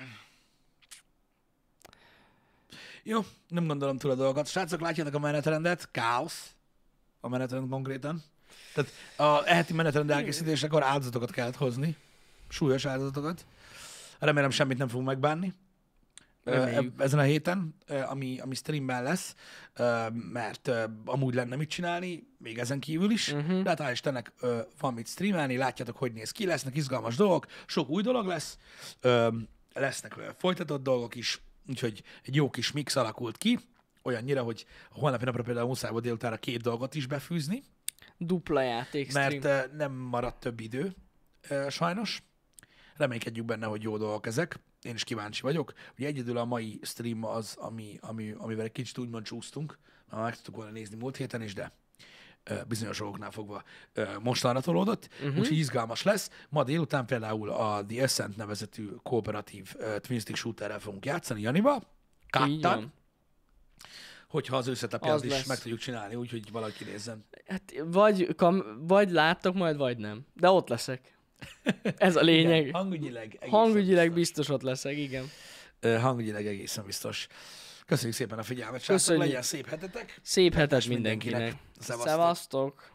Jó, nem gondolom túl a dolgot. Srácok, látjátok a menetrendet? Káosz. A menetrend konkrétan. Tehát a heti menetrend elkészítésekor áldozatokat kellett hozni. Súlyos áldozatokat. Remélem semmit nem fogunk megbánni. Ezen a héten, ami streamben lesz, mert amúgy lenne mit csinálni, még ezen kívül is. De hát hál' Istennek van mit streamelni, látjátok, hogy néz ki, lesznek izgalmas dolgok, sok új dolog lesz, lesznek folytatott dolgok is, úgyhogy egy jó kis mix alakult ki, olyannyira, hogy a holnapi napra például muszáj volt délutánra 2 dolgot is befűzni. Dupla játék stream. Mert nem maradt több idő, sajnos. Reménykedjük benne, hogy jó dolgok ezek. Én is kíváncsi vagyok. Ugye egyedül a mai stream az, amivel egy kicsit úgymond csúsztunk. Már meg tudtuk volna nézni múlt héten is, de bizonyos okoknál fogva mostanra tolódott. Úgyhogy izgalmas lesz. Ma délután például a The Ascent nevezetű kooperatív twin stick shooterrel fogunk játszani Janival. Kattan. Hogyha az összetapját is lesz. Meg tudjuk csinálni, úgyhogy valaki nézzen. Hát vagy láttok majd, vagy nem. De ott leszek. Ez a lényeg. Igen, hangügyileg biztos ott leszek, igen. Hangügyileg egészen biztos. Köszönjük szépen a figyelmet, srácok. Legyen szép hetetek. Szép hetet mindenkinek. Szevasztok. Szevasztok.